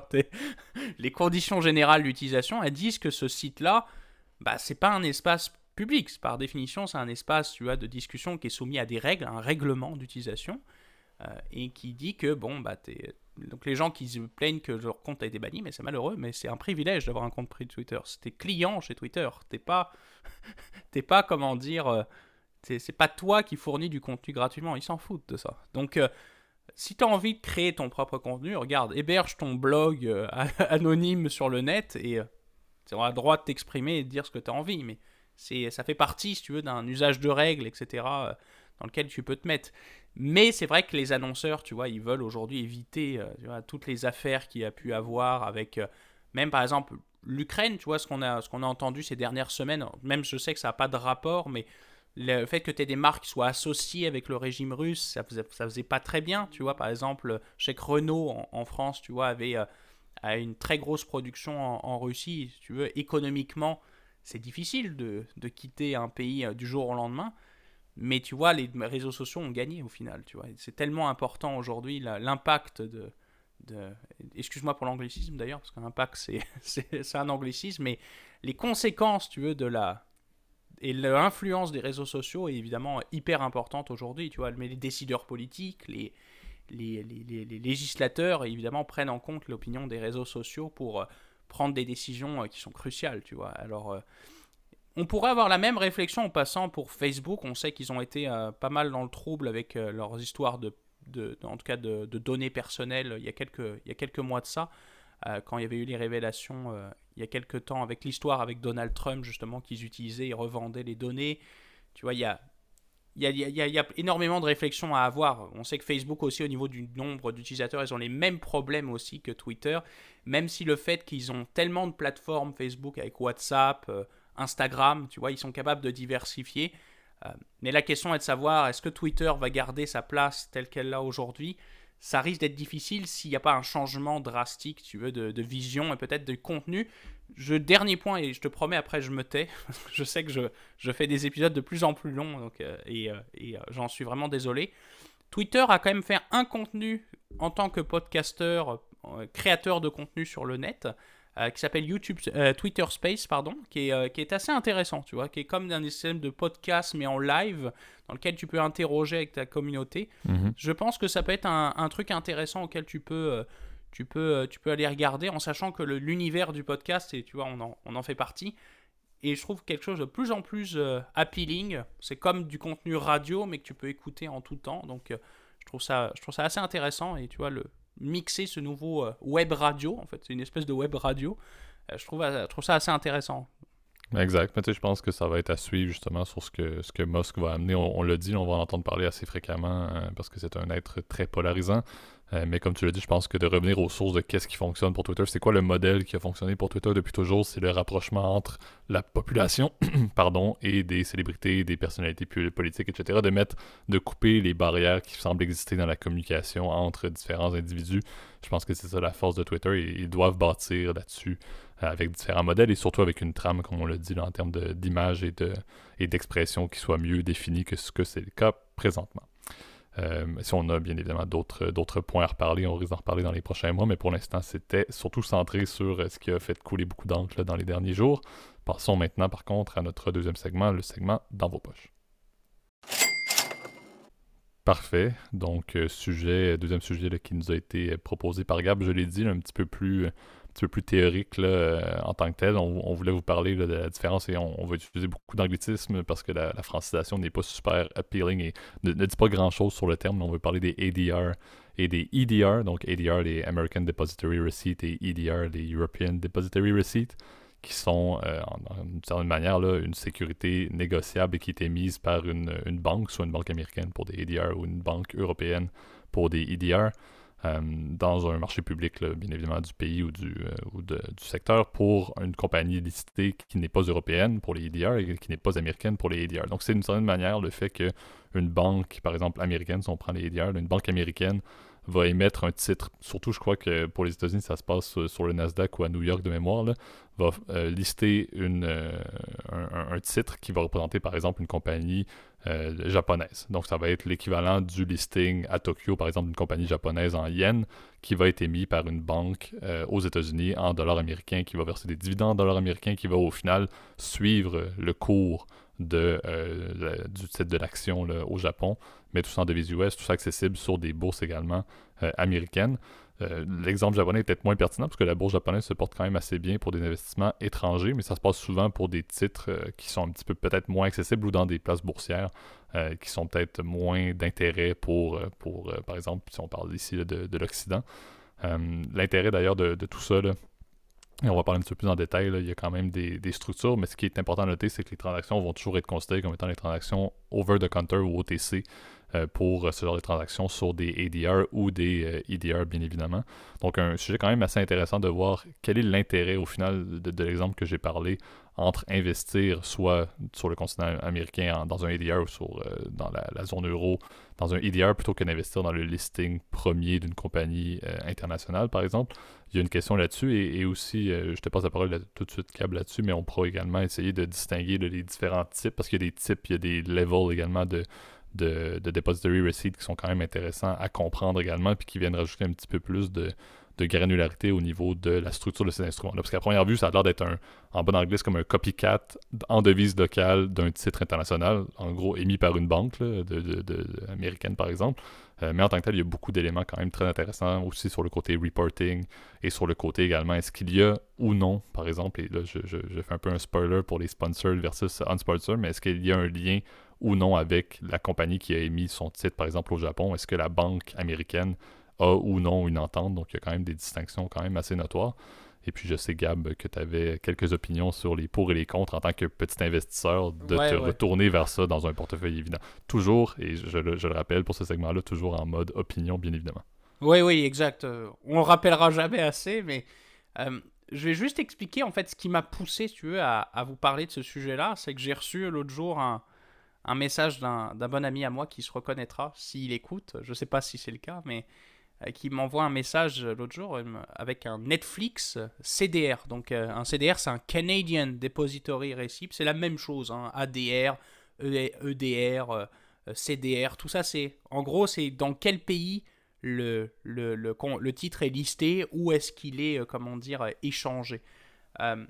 Les conditions générales d'utilisation, elles disent que ce site-là, bah, c'est pas un espace public. Par définition, c'est un espace, tu vois, de discussion qui est soumis à des règles, un règlement d'utilisation, euh, et qui dit que, bon, bah, t'es... Donc les gens qui se plaignent que leur compte a été banni, mais c'est malheureux, mais c'est un privilège d'avoir un compte pris de Twitter. Si t'es client chez Twitter, t'es pas, t'es pas, comment dire, euh, c'est, c'est pas toi qui fournis du contenu gratuitement, ils s'en foutent de ça. Donc euh, si t'as envie de créer ton propre contenu, regarde, héberge ton blog euh, anonyme sur le net et euh, tu auras le droit de t'exprimer et de dire ce que t'as envie, mais c'est, ça fait partie, si tu veux, d'un usage de règles, et cetera, euh, dans lequel tu peux te mettre. Mais c'est vrai que les annonceurs, tu vois, ils veulent aujourd'hui éviter euh, tu vois, toutes les affaires qu'il y a pu avoir avec, euh, même par exemple, l'Ukraine, tu vois, ce qu'on a, ce qu'on a entendu ces dernières semaines, même je sais que ça n'a pas de rapport, mais le fait que tu aies des marques qui soient associées avec le régime russe, ça faisait, ça faisait pas très bien, tu vois. Par exemple, je sais que Renault en, en France, tu vois, avait, euh, a une très grosse production en, en Russie. Si tu veux, économiquement, c'est difficile de, de quitter un pays euh, du jour au lendemain. Mais tu vois, les réseaux sociaux ont gagné au final. Tu vois. C'est tellement important aujourd'hui, la, l'impact de, de... Excuse-moi pour l'anglicisme d'ailleurs, parce qu'un impact, c'est, c'est, c'est un anglicisme, mais les conséquences, tu veux, de la... Et l'influence des réseaux sociaux est évidemment hyper importante aujourd'hui. Tu vois, mais les décideurs politiques, les, les, les, les, les législateurs, évidemment, prennent en compte l'opinion des réseaux sociaux pour euh, prendre des décisions euh, qui sont cruciales. Tu vois. Alors, euh, on pourrait avoir la même réflexion en passant pour Facebook. On sait qu'ils ont été euh, pas mal dans le trouble avec euh, leurs histoires de, de, de, en tout cas de, de données personnelles il y a quelques, il y a quelques mois de ça. Euh, quand il y avait eu les révélations euh, il y a quelques temps avec l'histoire avec Donald Trump justement qu'ils utilisaient et revendaient les données. Tu vois, il y a, il y a, il y a, il y a énormément de réflexions à avoir. On sait que Facebook aussi au niveau du nombre d'utilisateurs, ils ont les mêmes problèmes aussi que Twitter, même si le fait qu'ils ont tellement de plateformes Facebook avec WhatsApp, euh, Instagram, tu vois, ils sont capables de diversifier. Euh, mais la question est de savoir, est-ce que Twitter va garder sa place telle qu'elle l'a aujourd'hui ? Ça risque d'être difficile s'il n'y a pas un changement drastique, tu veux, de, de vision et peut-être de contenu. Je, dernier point, et je te promets, après je me tais, je sais que je, je fais des épisodes de plus en plus longs, donc, euh, et, euh, et euh, j'en suis vraiment désolé. Twitter a quand même fait un contenu en tant que podcasteur, euh, créateur de contenu sur le net, euh, qui s'appelle YouTube, euh, Twitter Space, pardon, qui est, euh, qui est assez intéressant, tu vois, qui est comme un système de podcast, mais en live, dans lequel tu peux interroger avec ta communauté. Mm-hmm. Je pense que ça peut être un, un truc intéressant auquel tu peux, euh, tu peux, euh, tu peux aller regarder, en sachant que le, l'univers du podcast, et tu vois, on en, on en fait partie, et je trouve quelque chose de plus en plus euh, appealing. C'est comme du contenu radio, mais que tu peux écouter en tout temps, donc euh, je trouve ça, je trouve ça assez intéressant, et tu vois, le mixer ce nouveau euh, web radio, en fait, c'est une espèce de web radio, euh, je, trouve, euh, je trouve ça assez intéressant. Exact. Mais tu sais, je pense que ça va être à suivre justement sur ce que, ce que Musk va amener. On, on l'a dit, on va en entendre parler assez fréquemment euh, parce que c'est un être très polarisant. Euh, mais comme tu l'as dit, je pense que de revenir aux sources de qu'est-ce qui fonctionne pour Twitter, c'est quoi le modèle qui a fonctionné pour Twitter depuis toujours, c'est le rapprochement entre la population pardon, et des célébrités, des personnalités politiques, et cetera. De mettre, de couper les barrières qui semblent exister dans la communication entre différents individus. Je pense que c'est ça la force de Twitter et ils doivent bâtir là-dessus euh, avec différents modèles et surtout avec une trame, comme on l'a dit, là, en termes de, d'image et, de, et d'expression qui soit mieux définie que ce que c'est le cas présentement. Euh, si on a bien évidemment d'autres, d'autres points à reparler, on risque d'en reparler dans les prochains mois, mais pour l'instant, c'était surtout centré sur euh, ce qui a fait couler beaucoup d'encre là, dans les derniers jours. Passons maintenant, par contre, à notre deuxième segment, le segment Dans vos poches. Parfait. Donc, euh, sujet, deuxième sujet là, qui nous a été proposé par Gab, je l'ai dit, là, un petit peu plus... un petit peu plus théorique là, euh, en tant que tel. On, on voulait vous parler là, de la différence et on, on va utiliser beaucoup d'anglicisme parce que la, la francisation n'est pas super appealing et ne, ne dit pas grand-chose sur le terme. On veut parler des A D R et des E D R. Donc A D R, les American Depository Receipt, et E D R, les European Depository Receipt, qui sont, euh, en, en, d'une certaine manière, là, une sécurité négociable et qui est émise par une, une banque, soit une banque américaine pour des A D R ou une banque européenne pour des E D R. Euh, dans un marché public, là, bien évidemment, du pays ou, du, euh, ou de, du secteur, pour une compagnie licitée qui n'est pas européenne pour les E D R et qui n'est pas américaine pour les E D R. Donc, c'est d'une certaine manière le fait qu'une banque, par exemple américaine, si on prend les E D R, une banque américaine va émettre un titre, surtout je crois que pour les États-Unis, ça se passe sur le Nasdaq ou à New York de mémoire, là, va euh, lister une, euh, un, un titre qui va représenter par exemple une compagnie euh, japonaise. Donc ça va être l'équivalent du listing à Tokyo, par exemple, d'une compagnie japonaise en yens, qui va être émis par une banque euh, aux États-Unis en dollars américains, qui va verser des dividendes en dollars américains, qui va au final suivre le cours de, euh, le, du titre de l'action là, au Japon, mais tout ça en devises U S, tout ça accessible sur des bourses également euh, américaines. Euh, l'exemple japonais est peut-être moins pertinent parce que la bourse japonaise se porte quand même assez bien pour des investissements étrangers, mais ça se passe souvent pour des titres euh, qui sont un petit peu peut-être moins accessibles ou dans des places boursières euh, qui sont peut-être moins d'intérêt pour, euh, pour euh, par exemple, si on parle ici là, de, de l'Occident. Euh, l'intérêt d'ailleurs de, de tout ça, là, et on va parler un petit peu plus en détail, là, il y a quand même des, des structures, mais ce qui est important à noter, c'est que les transactions vont toujours être considérées comme étant des transactions over the counter ou O T C euh, pour ce genre de transactions sur des A D R ou des euh, E D R bien évidemment. Donc un sujet quand même assez intéressant de voir quel est l'intérêt au final de, de l'exemple que j'ai parlé entre investir soit sur le continent américain en, dans un A D R ou sur, euh, dans la, la zone euro, dans un E D R plutôt que d'investir dans le listing premier d'une compagnie euh, internationale, par exemple. Il y a une question là-dessus et, et aussi, euh, je te passe la parole là, tout de suite, Cab, là-dessus, mais on pourra également essayer de distinguer là, les différents types, parce qu'il y a des types, il y a des levels également de, de, de depository receipts qui sont quand même intéressants à comprendre également, puis qui viennent rajouter un petit peu plus de de granularité au niveau de la structure de ces instruments-là. Parce qu'à première vue, ça a l'air d'être un, en bon anglais, c'est comme un copycat en devise locale d'un titre international, en gros émis par une banque là, de, de, de, de, américaine par exemple. Euh, mais en tant que tel, il y a beaucoup d'éléments quand même très intéressants aussi sur le côté reporting et sur le côté également, est-ce qu'il y a ou non, par exemple, et là je, je, je fais un peu un spoiler pour les sponsored versus unsponsored, mais est-ce qu'il y a un lien ou non avec la compagnie qui a émis son titre, par exemple au Japon? Est-ce que la banque américaine a ou non une entente, donc il y a quand même des distinctions quand même assez notoires. Et puis je sais, Gab, que tu avais quelques opinions sur les pour et les contre en tant que petit investisseur, de ouais, te ouais. retourner vers ça dans un portefeuille évident. Toujours, et je, je, je le rappelle pour ce segment-là, toujours en mode opinion, bien évidemment. Oui, oui, exact. Euh, on le rappellera jamais assez, mais euh, je vais juste expliquer en fait ce qui m'a poussé, si tu veux, à, à vous parler de ce sujet-là. C'est que j'ai reçu l'autre jour un, un message d'un, d'un bon ami à moi qui se reconnaîtra s'il écoute. Je ne sais pas si c'est le cas, mais qui m'envoie un message l'autre jour avec un Netflix C D R. Donc euh, un C D R, c'est un Canadian Depository Receipt. C'est la même chose, hein. A D R, E D R, euh, C D R, tout ça, c'est... En gros, c'est dans quel pays le, le, le, le titre est listé, où est-ce qu'il est, euh, comment dire, échangé. Euh,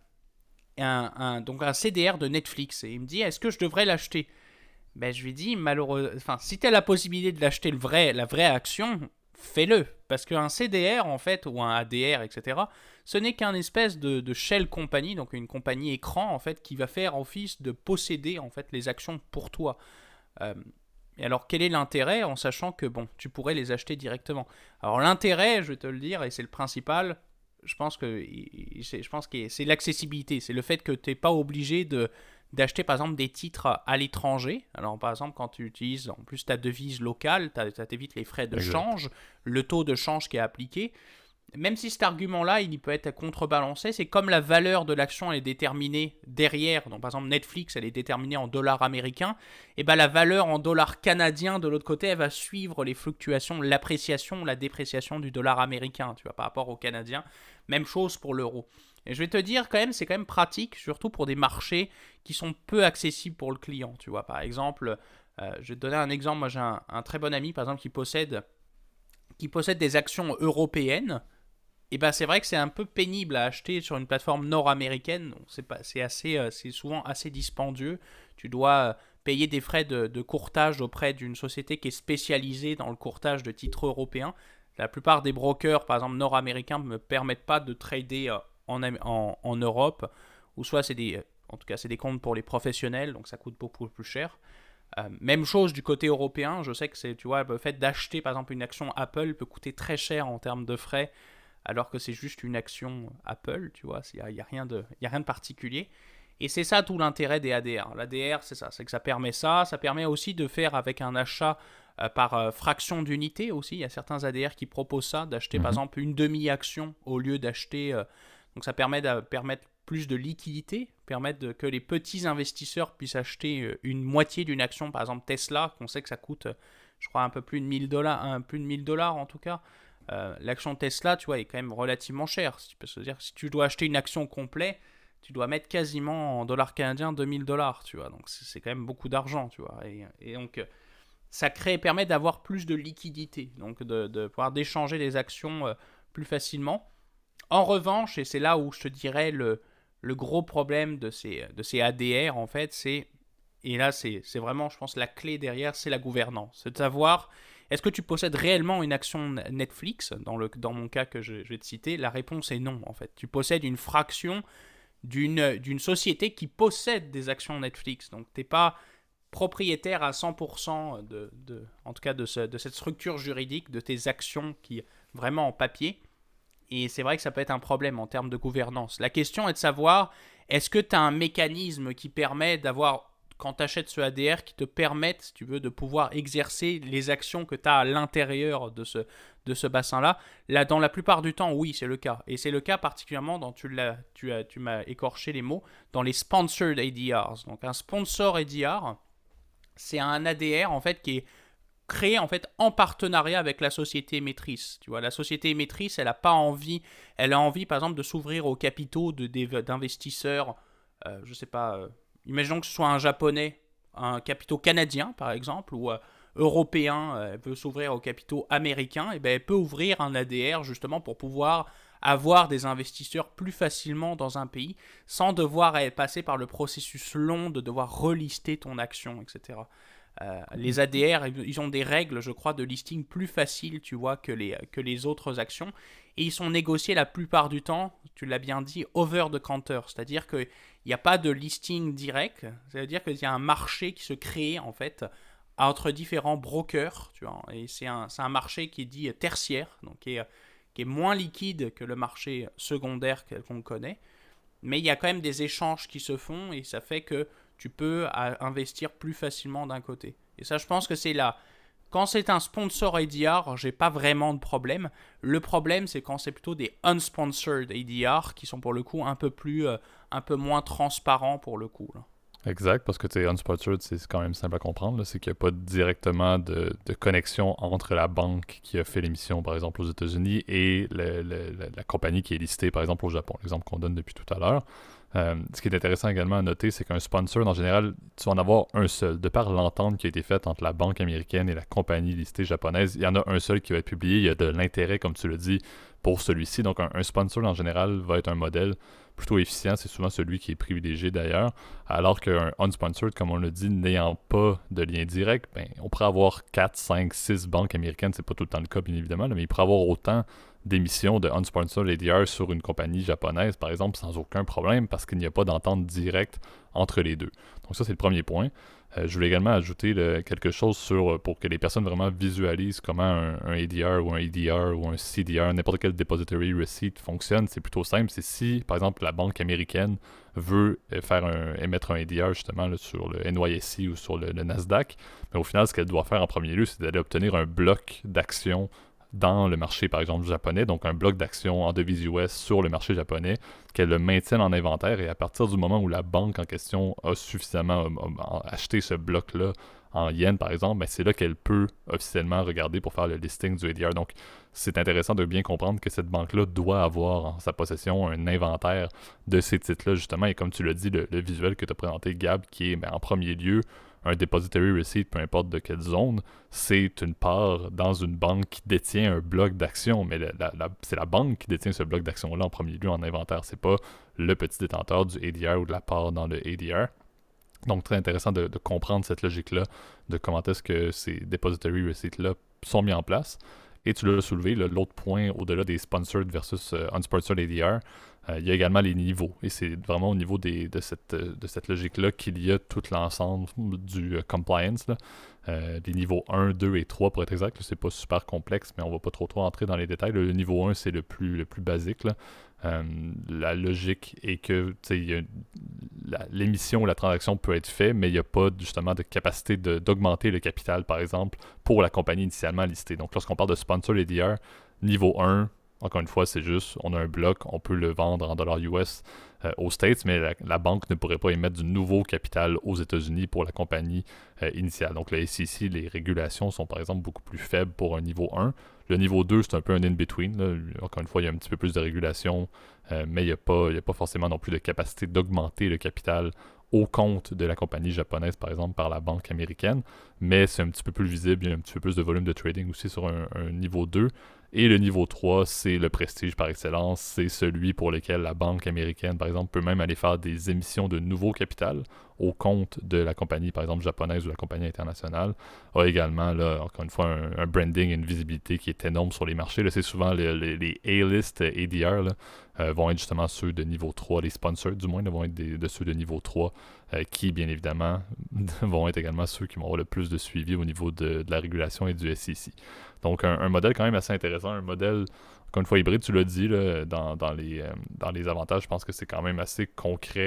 un, un, donc un C D R de Netflix. Et il me dit, est-ce que je devrais l'acheter? Ben, je lui dis, malheureusement... Enfin, si tu as la possibilité de l'acheter, le vrai, la vraie action... fais-le, parce qu'un C D R en fait, ou un A D R, et cetera, ce n'est qu'un espèce de, de shell company, donc une compagnie écran en fait, qui va faire office de posséder en fait les actions pour toi. Euh, et alors quel est l'intérêt en sachant que bon, tu pourrais les acheter directement? Alors l'intérêt, je vais te le dire, et c'est le principal, je pense que c'est, je pense que c'est l'accessibilité, c'est le fait que tu n'es pas obligé de d'acheter par exemple des titres à l'étranger. Alors par exemple quand tu utilises en plus ta devise locale, ça t'évite les frais de Exact. change, le taux de change qui est appliqué. Même si cet argument-là, il peut être contrebalancé, c'est comme la valeur de l'action est déterminée derrière, donc par exemple Netflix, elle est déterminée en dollars américains, et ben la valeur en dollars canadiens de l'autre côté, elle va suivre les fluctuations, l'appréciation, la dépréciation du dollar américain, tu vois, par rapport au canadien. Même chose pour l'euro. Et je vais te dire quand même, c'est quand même pratique, surtout pour des marchés qui sont peu accessibles pour le client, tu vois. Par exemple, euh, je vais te donner un exemple, moi j'ai un, un très bon ami, par exemple, qui possède, qui possède des actions européennes. Et ben c'est vrai que c'est un peu pénible à acheter sur une plateforme nord-américaine. C'est, pas, c'est, assez, euh, c'est souvent assez dispendieux. Tu dois payer des frais de, de courtage auprès d'une société qui est spécialisée dans le courtage de titres européens. La plupart des brokers, par exemple nord-américains, ne me permettent pas de trader euh, en, en, en Europe. Ou soit c'est des, en tout cas c'est des comptes pour les professionnels, donc ça coûte beaucoup plus cher. Euh, même chose du côté européen. Je sais que c'est, tu vois, le fait d'acheter par exemple une action Apple peut coûter très cher en termes de frais, alors que c'est juste une action Apple, tu vois, il n'y a, a rien de particulier. Et c'est ça tout l'intérêt des A D R. L'A D R, c'est ça, c'est que ça permet ça. Ça permet aussi de faire avec un achat euh, par euh, fraction d'unité aussi. Il y a certains A D R qui proposent ça, d'acheter mm-hmm. par exemple une demi-action au lieu d'acheter... Euh, donc ça permet de permettre plus de liquidité, permettre de, que les petits investisseurs puissent acheter une moitié d'une action, par exemple Tesla, qu'on sait que ça coûte, je crois, un peu plus de mille dollars, un, plus de mille dollars en tout cas. Euh, l'action Tesla, tu vois, est quand même relativement chère. Si tu peux se dire, si tu dois acheter une action complète, tu dois mettre quasiment en dollars canadiens deux mille dollars, tu vois. Donc c'est, c'est quand même beaucoup d'argent, tu vois. Et, et donc ça crée, permet d'avoir plus de liquidité, donc de, de pouvoir d'échanger les actions euh, plus facilement. En revanche, et c'est là où je te dirais le, le gros problème de ces, de ces A D R, en fait, c'est, et là c'est, c'est vraiment, je pense, la clé derrière, c'est la gouvernance. C'est de savoir... Est-ce que tu possèdes réellement une action Netflix? Dans, le, dans mon cas que je, je vais te citer, la réponse est non, en fait. Tu possèdes une fraction d'une, d'une société qui possède des actions Netflix. Donc, tu n'es pas propriétaire à cent pour cent, de, de, en tout cas de, ce, de cette structure juridique, de tes actions qui vraiment en papier. Et c'est vrai que ça peut être un problème en termes de gouvernance. La question est de savoir, est-ce que tu as un mécanisme qui permet d'avoir quand tu achètes ce A D R qui te permettent, si tu veux, de pouvoir exercer les actions que tu as à l'intérieur de ce, de ce bassin-là. Là, dans la plupart du temps, oui, c'est le cas. Et c'est le cas particulièrement dans, tu, l'as, tu, as, tu m'as écorché les mots, dans les sponsored A D Rs. Donc un sponsor A D R, c'est un A D R en fait qui est créé en fait en partenariat avec la société émettrice. Tu vois, la société émettrice, elle a pas envie, elle a envie par exemple de s'ouvrir aux capitaux de, d'investisseurs, euh, je sais pas, euh, imaginons que ce soit un japonais, un capitaux canadien par exemple, ou euh, européen, euh, veut s'ouvrir aux capitaux américains, et ben elle peut ouvrir un A D R justement pour pouvoir avoir des investisseurs plus facilement dans un pays sans devoir passer par le processus long de devoir relister ton action, et cetera. Euh, les A D R, ils ont des règles, je crois, de listing plus faciles, tu vois, que les, que les autres actions. Et ils sont négociés la plupart du temps, tu l'as bien dit, over the counter. C'est-à-dire qu'il n'y a pas de listing direct. C'est-à-dire qu'il y a un marché qui se crée, en fait, entre différents brokers, tu vois. Et c'est un, c'est un marché qui est dit tertiaire, donc qui est, qui est moins liquide que le marché secondaire qu'on connaît. Mais il y a quand même des échanges qui se font et ça fait que tu peux investir plus facilement d'un côté. Et ça, je pense que c'est là. Quand c'est un sponsor A D R, j'ai pas vraiment de problème. Le problème, c'est quand c'est plutôt des unsponsored A D R qui sont pour le coup un peu plus, euh, un peu moins transparents pour le coup, là. Exact, parce que tu es unsponsored, c'est quand même simple à comprendre. C'est qu'il n'y a pas directement de, de connexion entre la banque qui a fait l'émission, par exemple, aux États-Unis et le, le, la, la compagnie qui est listée, par exemple, au Japon, l'exemple qu'on donne depuis tout à l'heure. Euh, ce qui est intéressant également à noter, c'est qu'un sponsor, en général, tu vas en avoir un seul. De par l'entente qui a été faite entre la banque américaine et la compagnie listée japonaise, il y en a un seul qui va être publié. Il y a de l'intérêt, comme tu le dis, pour celui-ci. Donc, un, un sponsor, en général, va être un modèle plutôt efficient. C'est souvent celui qui est privilégié, d'ailleurs. Alors qu'un unsponsored, comme on le dit, n'ayant pas de lien direct, ben, on pourrait avoir quatre, cinq, six banques américaines. C'est pas tout le temps le cas, bien évidemment, là, mais il pourrait avoir autant d'émissions de unsponsored A D R sur une compagnie japonaise, par exemple, sans aucun problème, parce qu'il n'y a pas d'entente directe entre les deux. Donc ça, c'est le premier point. Euh, je voulais également ajouter le, quelque chose sur, pour que les personnes vraiment visualisent comment un, un A D R ou un E D R ou un C D R, n'importe quel depository receipt fonctionne. C'est plutôt simple. C'est si, par exemple, la banque américaine veut faire un, émettre un A D R justement là, sur le N Y S E ou sur le, le Nasdaq, mais au final, ce qu'elle doit faire en premier lieu, c'est d'aller obtenir un bloc d'actions dans le marché, par exemple, japonais, donc un bloc d'actions en devise U S sur le marché japonais, qu'elle le maintienne en inventaire, et à partir du moment où la banque en question a suffisamment a, a acheté ce bloc-là en yens, par exemple, ben c'est là qu'elle peut officiellement regarder pour faire le listing du A D R. Donc, c'est intéressant de bien comprendre que cette banque-là doit avoir en sa possession un inventaire de ces titres-là, justement, et comme tu l'as dit, le, le visuel que tu as présenté, Gab, qui est ben, en premier lieu un depository receipt, peu importe de quelle zone, c'est une part dans une banque qui détient un bloc d'actions, mais la, la, la, c'est la banque qui détient ce bloc d'actions-là en premier lieu en inventaire. C'est pas le petit détenteur du A D R ou de la part dans le A D R. Donc, très intéressant de, de comprendre cette logique-là, de comment est-ce que ces depository receipts-là sont mis en place. Et tu l'as soulevé, là, l'autre point, au-delà des sponsored versus uh, unsponsored A D R, euh, il y a également les niveaux. Et c'est vraiment au niveau des, de cette, de cette logique-là qu'il y a tout l'ensemble du uh, compliance. Là. Euh, les niveaux un, deux et trois, pour être exact, là, c'est pas super complexe, mais on va pas trop trop entrer dans les détails. Le niveau un, c'est le plus, le plus basique. Là. Euh, la logique est que y a, la, l'émission ou la transaction peut être faite, mais il n'y a pas justement de capacité de, d'augmenter le capital, par exemple, pour la compagnie initialement listée. Donc lorsqu'on parle de sponsor A D R, niveau un, encore une fois, c'est juste, on a un bloc, on peut le vendre en dollars U S euh, aux States, mais la, la banque ne pourrait pas émettre du nouveau capital aux États-Unis pour la compagnie euh, initiale. Donc le S E C, les régulations sont par exemple beaucoup plus faibles pour un niveau un. Le niveau deux, c'est un peu un in-between. Là. Encore une fois, il y a un petit peu plus de régulation, euh, mais il n'y a pas, il n'y a pas forcément non plus de capacité d'augmenter le capital au compte de la compagnie japonaise, par exemple, par la banque américaine. Mais c'est un petit peu plus visible, il y a un petit peu plus de volume de trading aussi sur un, un niveau deux. Et le niveau trois, c'est le prestige par excellence. C'est celui pour lequel la banque américaine, par exemple, peut même aller faire des émissions de nouveau capital au compte de la compagnie, par exemple, japonaise ou la compagnie internationale. A également, là, encore une fois, un, un branding et une visibilité qui est énorme sur les marchés. Là, c'est souvent les, les, les A-list A D R là, euh, vont être justement ceux de niveau trois. Les sponsors, du moins, là, vont être des, de ceux de niveau trois euh, qui, bien évidemment, vont être également ceux qui vont avoir le plus de suivi au niveau de, de la régulation et du S E C. Donc, un, un modèle quand même assez intéressant, un modèle, encore une fois, hybride, tu l'as dit, là, dans, dans, les, euh, dans les avantages, je pense que c'est quand même assez concret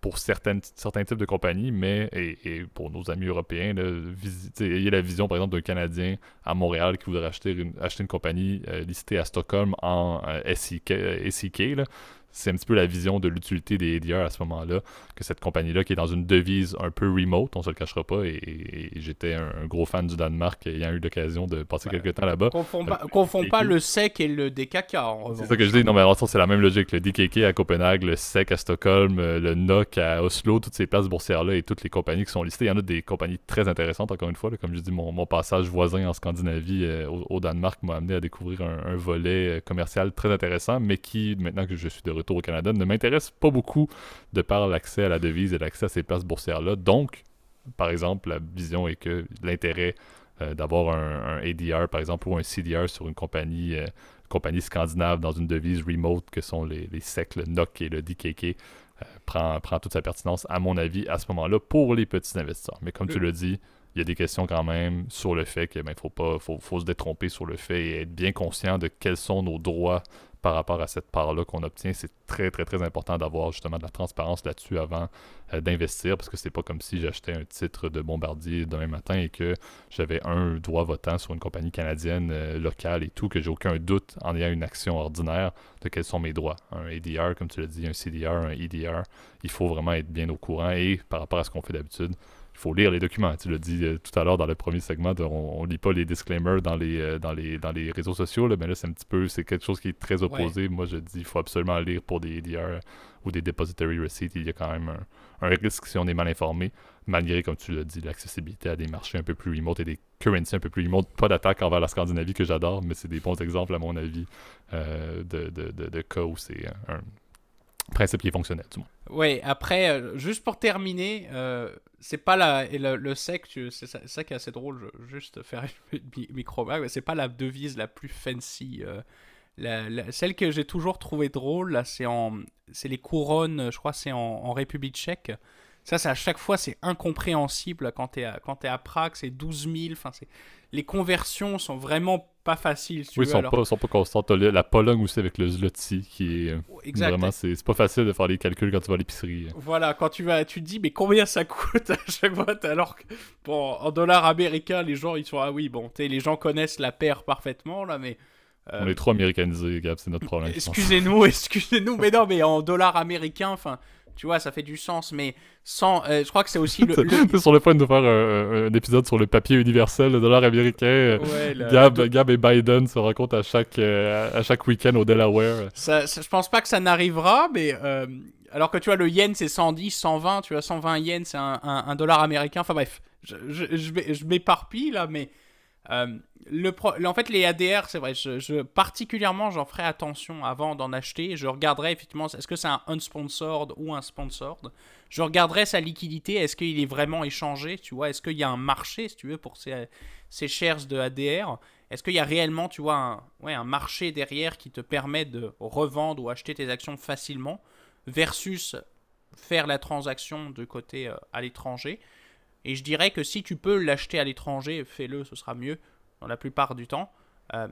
pour certaines, certains types de compagnies, mais et, et pour nos amis européens, là, visi- tu sais, ayez la vision, par exemple, d'un Canadien à Montréal qui voudrait acheter une, acheter une compagnie euh, listée à Stockholm en euh, S I K, euh, S I K, là. C'est un petit peu la vision de l'utilité des A D R à ce moment-là, que cette compagnie-là qui est dans une devise un peu remote, on se le cachera pas, et, et- et j'étais un, un gros fan du Danemark ayant eu l'occasion de passer Ouais. quelques temps là-bas. Confond pas, Euh, confond D K K. pas le sec et le D K K en revanche. C'est ça que je dis. Non, mais alors ça, c'est la même logique. Le D K K à Copenhague, le S E C à Stockholm, euh, le N O C à Oslo, toutes ces places boursières-là et toutes les compagnies qui sont listées. Il y en a des compagnies très intéressantes, encore une fois. Là. Comme je dis, mon, mon passage voisin en Scandinavie, euh, au, au Danemark, m'a amené à découvrir un, un volet euh, commercial très intéressant, mais qui, maintenant que je suis de retour au Canada, ne m'intéresse pas beaucoup de par l'accès à la devise et l'accès à ces places boursières-là. Donc, par exemple, la vision est que l'intérêt euh, d'avoir un, un A D R, par exemple, ou un C D R sur une compagnie... Euh, compagnie scandinave dans une devise remote que sont les, les S E C, le N O C et le D K K, euh, prend, prend toute sa pertinence, à mon avis, à ce moment-là, pour les petits investisseurs. Mais comme Le- tu l'as dit, il y a des questions quand même sur le fait qu'il ben, faut pas faut, faut se détromper sur le fait et être bien conscient de quels sont nos droits par rapport à cette part-là qu'on obtient. C'est très, très, très important d'avoir justement de la transparence là-dessus avant euh, d'investir, parce que c'est pas comme si j'achetais un titre de Bombardier demain matin et que j'avais un droit votant sur une compagnie canadienne euh, locale et tout, que j'ai aucun doute en ayant une action ordinaire de quels sont mes droits. Un A D R, comme tu l'as dit, un C D R, un E D R, il faut vraiment être bien au courant et par rapport à ce qu'on fait d'habitude, il faut lire les documents. Tu l'as dit euh, tout à l'heure dans le premier segment, de, on, on lit pas les disclaimers dans les, euh, dans les, dans les réseaux sociaux, là, mais là c'est un petit peu, c'est quelque chose qui est très opposé. Ouais. Moi je dis, il faut absolument lire pour des A D R ou des depository receipts. Il y a quand même un, un risque si on est mal informé, malgré, comme tu l'as dit, l'accessibilité à des marchés un peu plus remote et des currencies un peu plus remote. Pas d'attaque envers la Scandinavie que j'adore, mais c'est des bons exemples à mon avis euh, de, de, de, de cas où c'est un principe qui est fonctionnel, du moins. Ouais, après, euh, juste pour terminer, euh, c'est pas la. Et le, le S E C, c'est ça, ça qui est assez drôle, je, juste faire une micro-blague, c'est pas la devise la plus fancy. Euh, la, la, celle que j'ai toujours trouvé drôle, là, c'est, en, c'est les couronnes, je crois, c'est en, en République tchèque. Ça, c'est à chaque fois, c'est incompréhensible quand t'es à, quand t'es à Prague, c'est douze mille. Enfin, c'est... Les conversions sont vraiment pas faciles. Si oui, ils sont, alors... pas, sont pas constantes. La Pologne aussi avec le zloty, qui est exact. Vraiment, c'est, c'est pas facile de faire les calculs quand tu vas à l'épicerie. Voilà, quand tu vas, tu te dis, mais combien ça coûte à chaque fois, alors que, bon, en dollars américains, les gens, ils sont, ah oui, bon, tu sais, les gens connaissent la paire parfaitement, là, mais... Euh... On est trop américanisés, Gab, c'est notre problème. Excusez-nous, excusez-nous, mais non, mais en dollars américains, enfin... Tu vois, ça fait du sens, mais sans. Euh, je crois que c'est aussi le. le... T'es sur le point de faire un, un épisode sur le papier universel, le dollar américain. Ouais, la... Gab, la... Gab et Biden se rencontrent à chaque, euh, à chaque week-end au Delaware. Ça, ça, je pense pas que ça n'arrivera, mais. Euh, alors que tu vois, le yen c'est cent dix, cent vingt, tu vois, cent vingt yens c'est un, un, un dollar américain. Enfin bref, je, je, je, vais, je m'éparpille là, mais. Euh, le pro... En fait, les A D R, c'est vrai, je, je, particulièrement, j'en ferai attention avant d'en acheter. Je regarderai effectivement, est-ce que c'est un unsponsored ou un sponsored. Je regarderai sa liquidité, est-ce qu'il est vraiment échangé, tu vois, est-ce qu'il y a un marché, si tu veux, pour ces, ces shares de A D R. Est-ce qu'il y a réellement, tu vois, un, ouais, un marché derrière qui te permet de revendre ou acheter tes actions facilement versus faire la transaction de côté euh, à l'étranger. Et je dirais que si tu peux l'acheter à l'étranger, fais-le, ce sera mieux dans la plupart du temps. Euh,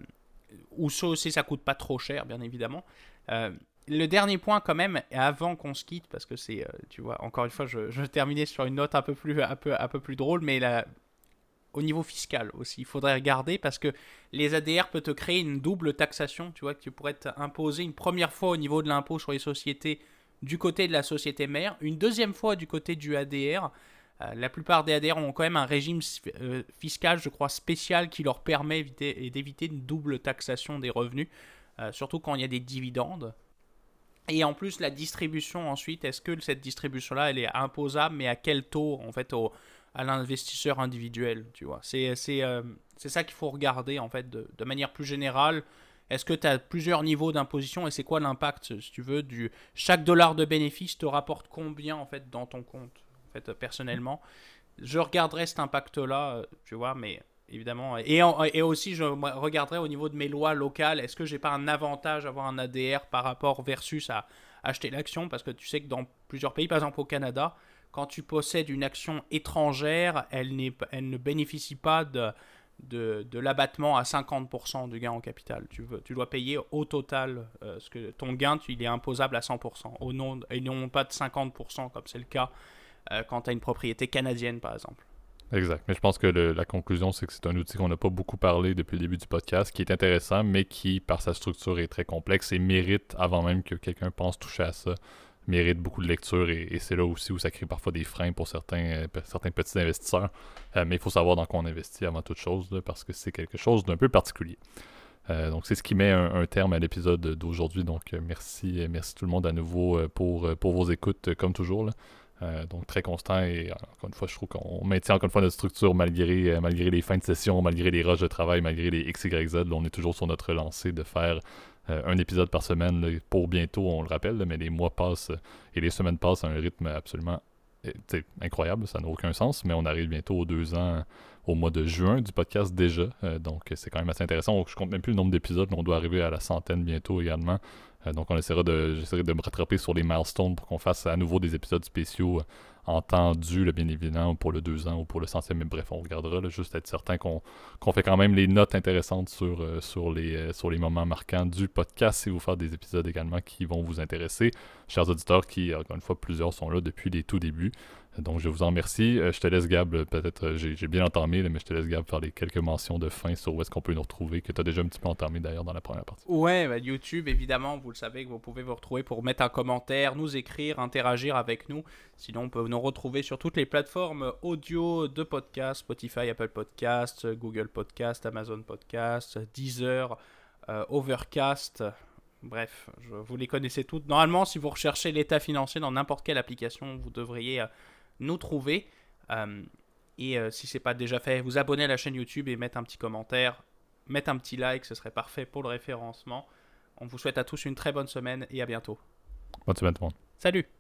ou ça aussi, ça coûte pas trop cher, bien évidemment. Euh, le dernier point quand même, avant qu'on se quitte, parce que c'est, euh, tu vois, encore une fois, je, je terminais sur une note un peu plus, un peu, un peu plus drôle, mais la, au niveau fiscal aussi, il faudrait regarder, parce que les A D R peuvent te créer une double taxation, tu vois, que tu pourrais t'imposer une première fois au niveau de l'impôt sur les sociétés du côté de la société mère, une deuxième fois du côté du A D R. Euh, la plupart des A D R ont quand même un régime euh, fiscal, je crois, spécial qui leur permet éviter, d'éviter une double taxation des revenus, euh, surtout quand il y a des dividendes. Et en plus, la distribution ensuite, est-ce que cette distribution-là, elle est imposable, mais à quel taux, en fait, au, à l'investisseur individuel, tu vois. C'est, c'est, euh, c'est ça qu'il faut regarder, en fait, de, de manière plus générale. Est-ce que tu as plusieurs niveaux d'imposition et c'est quoi l'impact, si tu veux, du... Chaque dollar de bénéfice te rapporte combien, en fait, dans ton compte ? En fait, personnellement, je regarderai cet impact-là, tu vois, mais évidemment, et, en, et aussi je regarderai au niveau de mes lois locales, est-ce que j'ai pas un avantage à avoir un A D R par rapport versus à acheter l'action, parce que tu sais que dans plusieurs pays, par exemple au Canada, quand tu possèdes une action étrangère, elle, n'est, elle ne bénéficie pas de, de, de l'abattement à cinquante pour cent du gain en capital. Tu, veux, tu dois payer au total, euh, ce que ton gain, tu, il est imposable à cent pour cent, au nom, et non pas de cinquante pour cent comme c'est le cas euh, quand tu as une propriété canadienne par exemple. Exact. Mais je pense que le, la conclusion, c'est que c'est un outil qu'on n'a pas beaucoup parlé depuis le début du podcast, qui est intéressant, mais qui, par sa structure, est très complexe et mérite, avant même que quelqu'un pense toucher à ça, mérite beaucoup de lecture. Et, et c'est là aussi où ça crée parfois des freins pour certains, euh, certains petits investisseurs. Euh, mais il faut savoir dans quoi on investit avant toute chose, là, parce que c'est quelque chose d'un peu particulier. Euh, donc c'est ce qui met un, un terme à l'épisode d'aujourd'hui. Donc euh, merci, merci tout le monde à nouveau euh, pour, euh, pour vos écoutes, euh, comme toujours, là. Euh, donc très constant et encore une fois je trouve qu'on maintient encore une fois notre structure malgré, euh, malgré les fins de session, malgré les rushs de travail, malgré les X Y Z, là, on est toujours sur notre lancée de faire euh, un épisode par semaine là, pour bientôt, on le rappelle, là, mais les mois passent euh, et les semaines passent à un rythme absolument euh, incroyable, ça n'a aucun sens, mais on arrive bientôt aux deux ans au mois de juin du podcast déjà, euh, donc c'est quand même assez intéressant. Donc, je compte même plus le nombre d'épisodes, mais on doit arriver à la centaine bientôt également. Euh, donc on essaiera de, j'essaierai de me rattraper sur les milestones pour qu'on fasse à nouveau des épisodes spéciaux euh, en temps dû, là, bien évidemment, pour le deux ans ou pour le centième. Mais bref, on regardera, là, juste être certain qu'on, qu'on fait quand même les notes intéressantes sur, euh, sur, les, euh, sur les moments marquants du podcast et vous faire des épisodes également qui vont vous intéresser. Chers auditeurs, qui, encore une fois, plusieurs sont là depuis les tout débuts. Donc, je vous en remercie. Euh, je te laisse, Gab, peut-être, euh, j'ai, j'ai bien entamé, là, mais je te laisse, Gab, faire les quelques mentions de fin sur où est-ce qu'on peut nous retrouver, que tu as déjà un petit peu entamé d'ailleurs dans la première partie. Ouais, bah, YouTube, évidemment, vous le savez que vous pouvez vous retrouver pour mettre un commentaire, nous écrire, interagir avec nous. Sinon, on peut nous retrouver sur toutes les plateformes audio de podcast, Spotify, Apple Podcast, Google Podcast, Amazon Podcast, Deezer, euh, Overcast. Bref, je, vous les connaissez toutes. Normalement, si vous recherchez l'état financier dans n'importe quelle application, vous devriez... Euh, nous trouver euh, et euh, si c'est pas déjà fait, vous abonner à la chaîne YouTube et mettre un petit commentaire, mettre un petit like, ce serait parfait pour le référencement. On vous souhaite à tous une très bonne semaine et à bientôt. Bonne semaine tout le monde. Salut.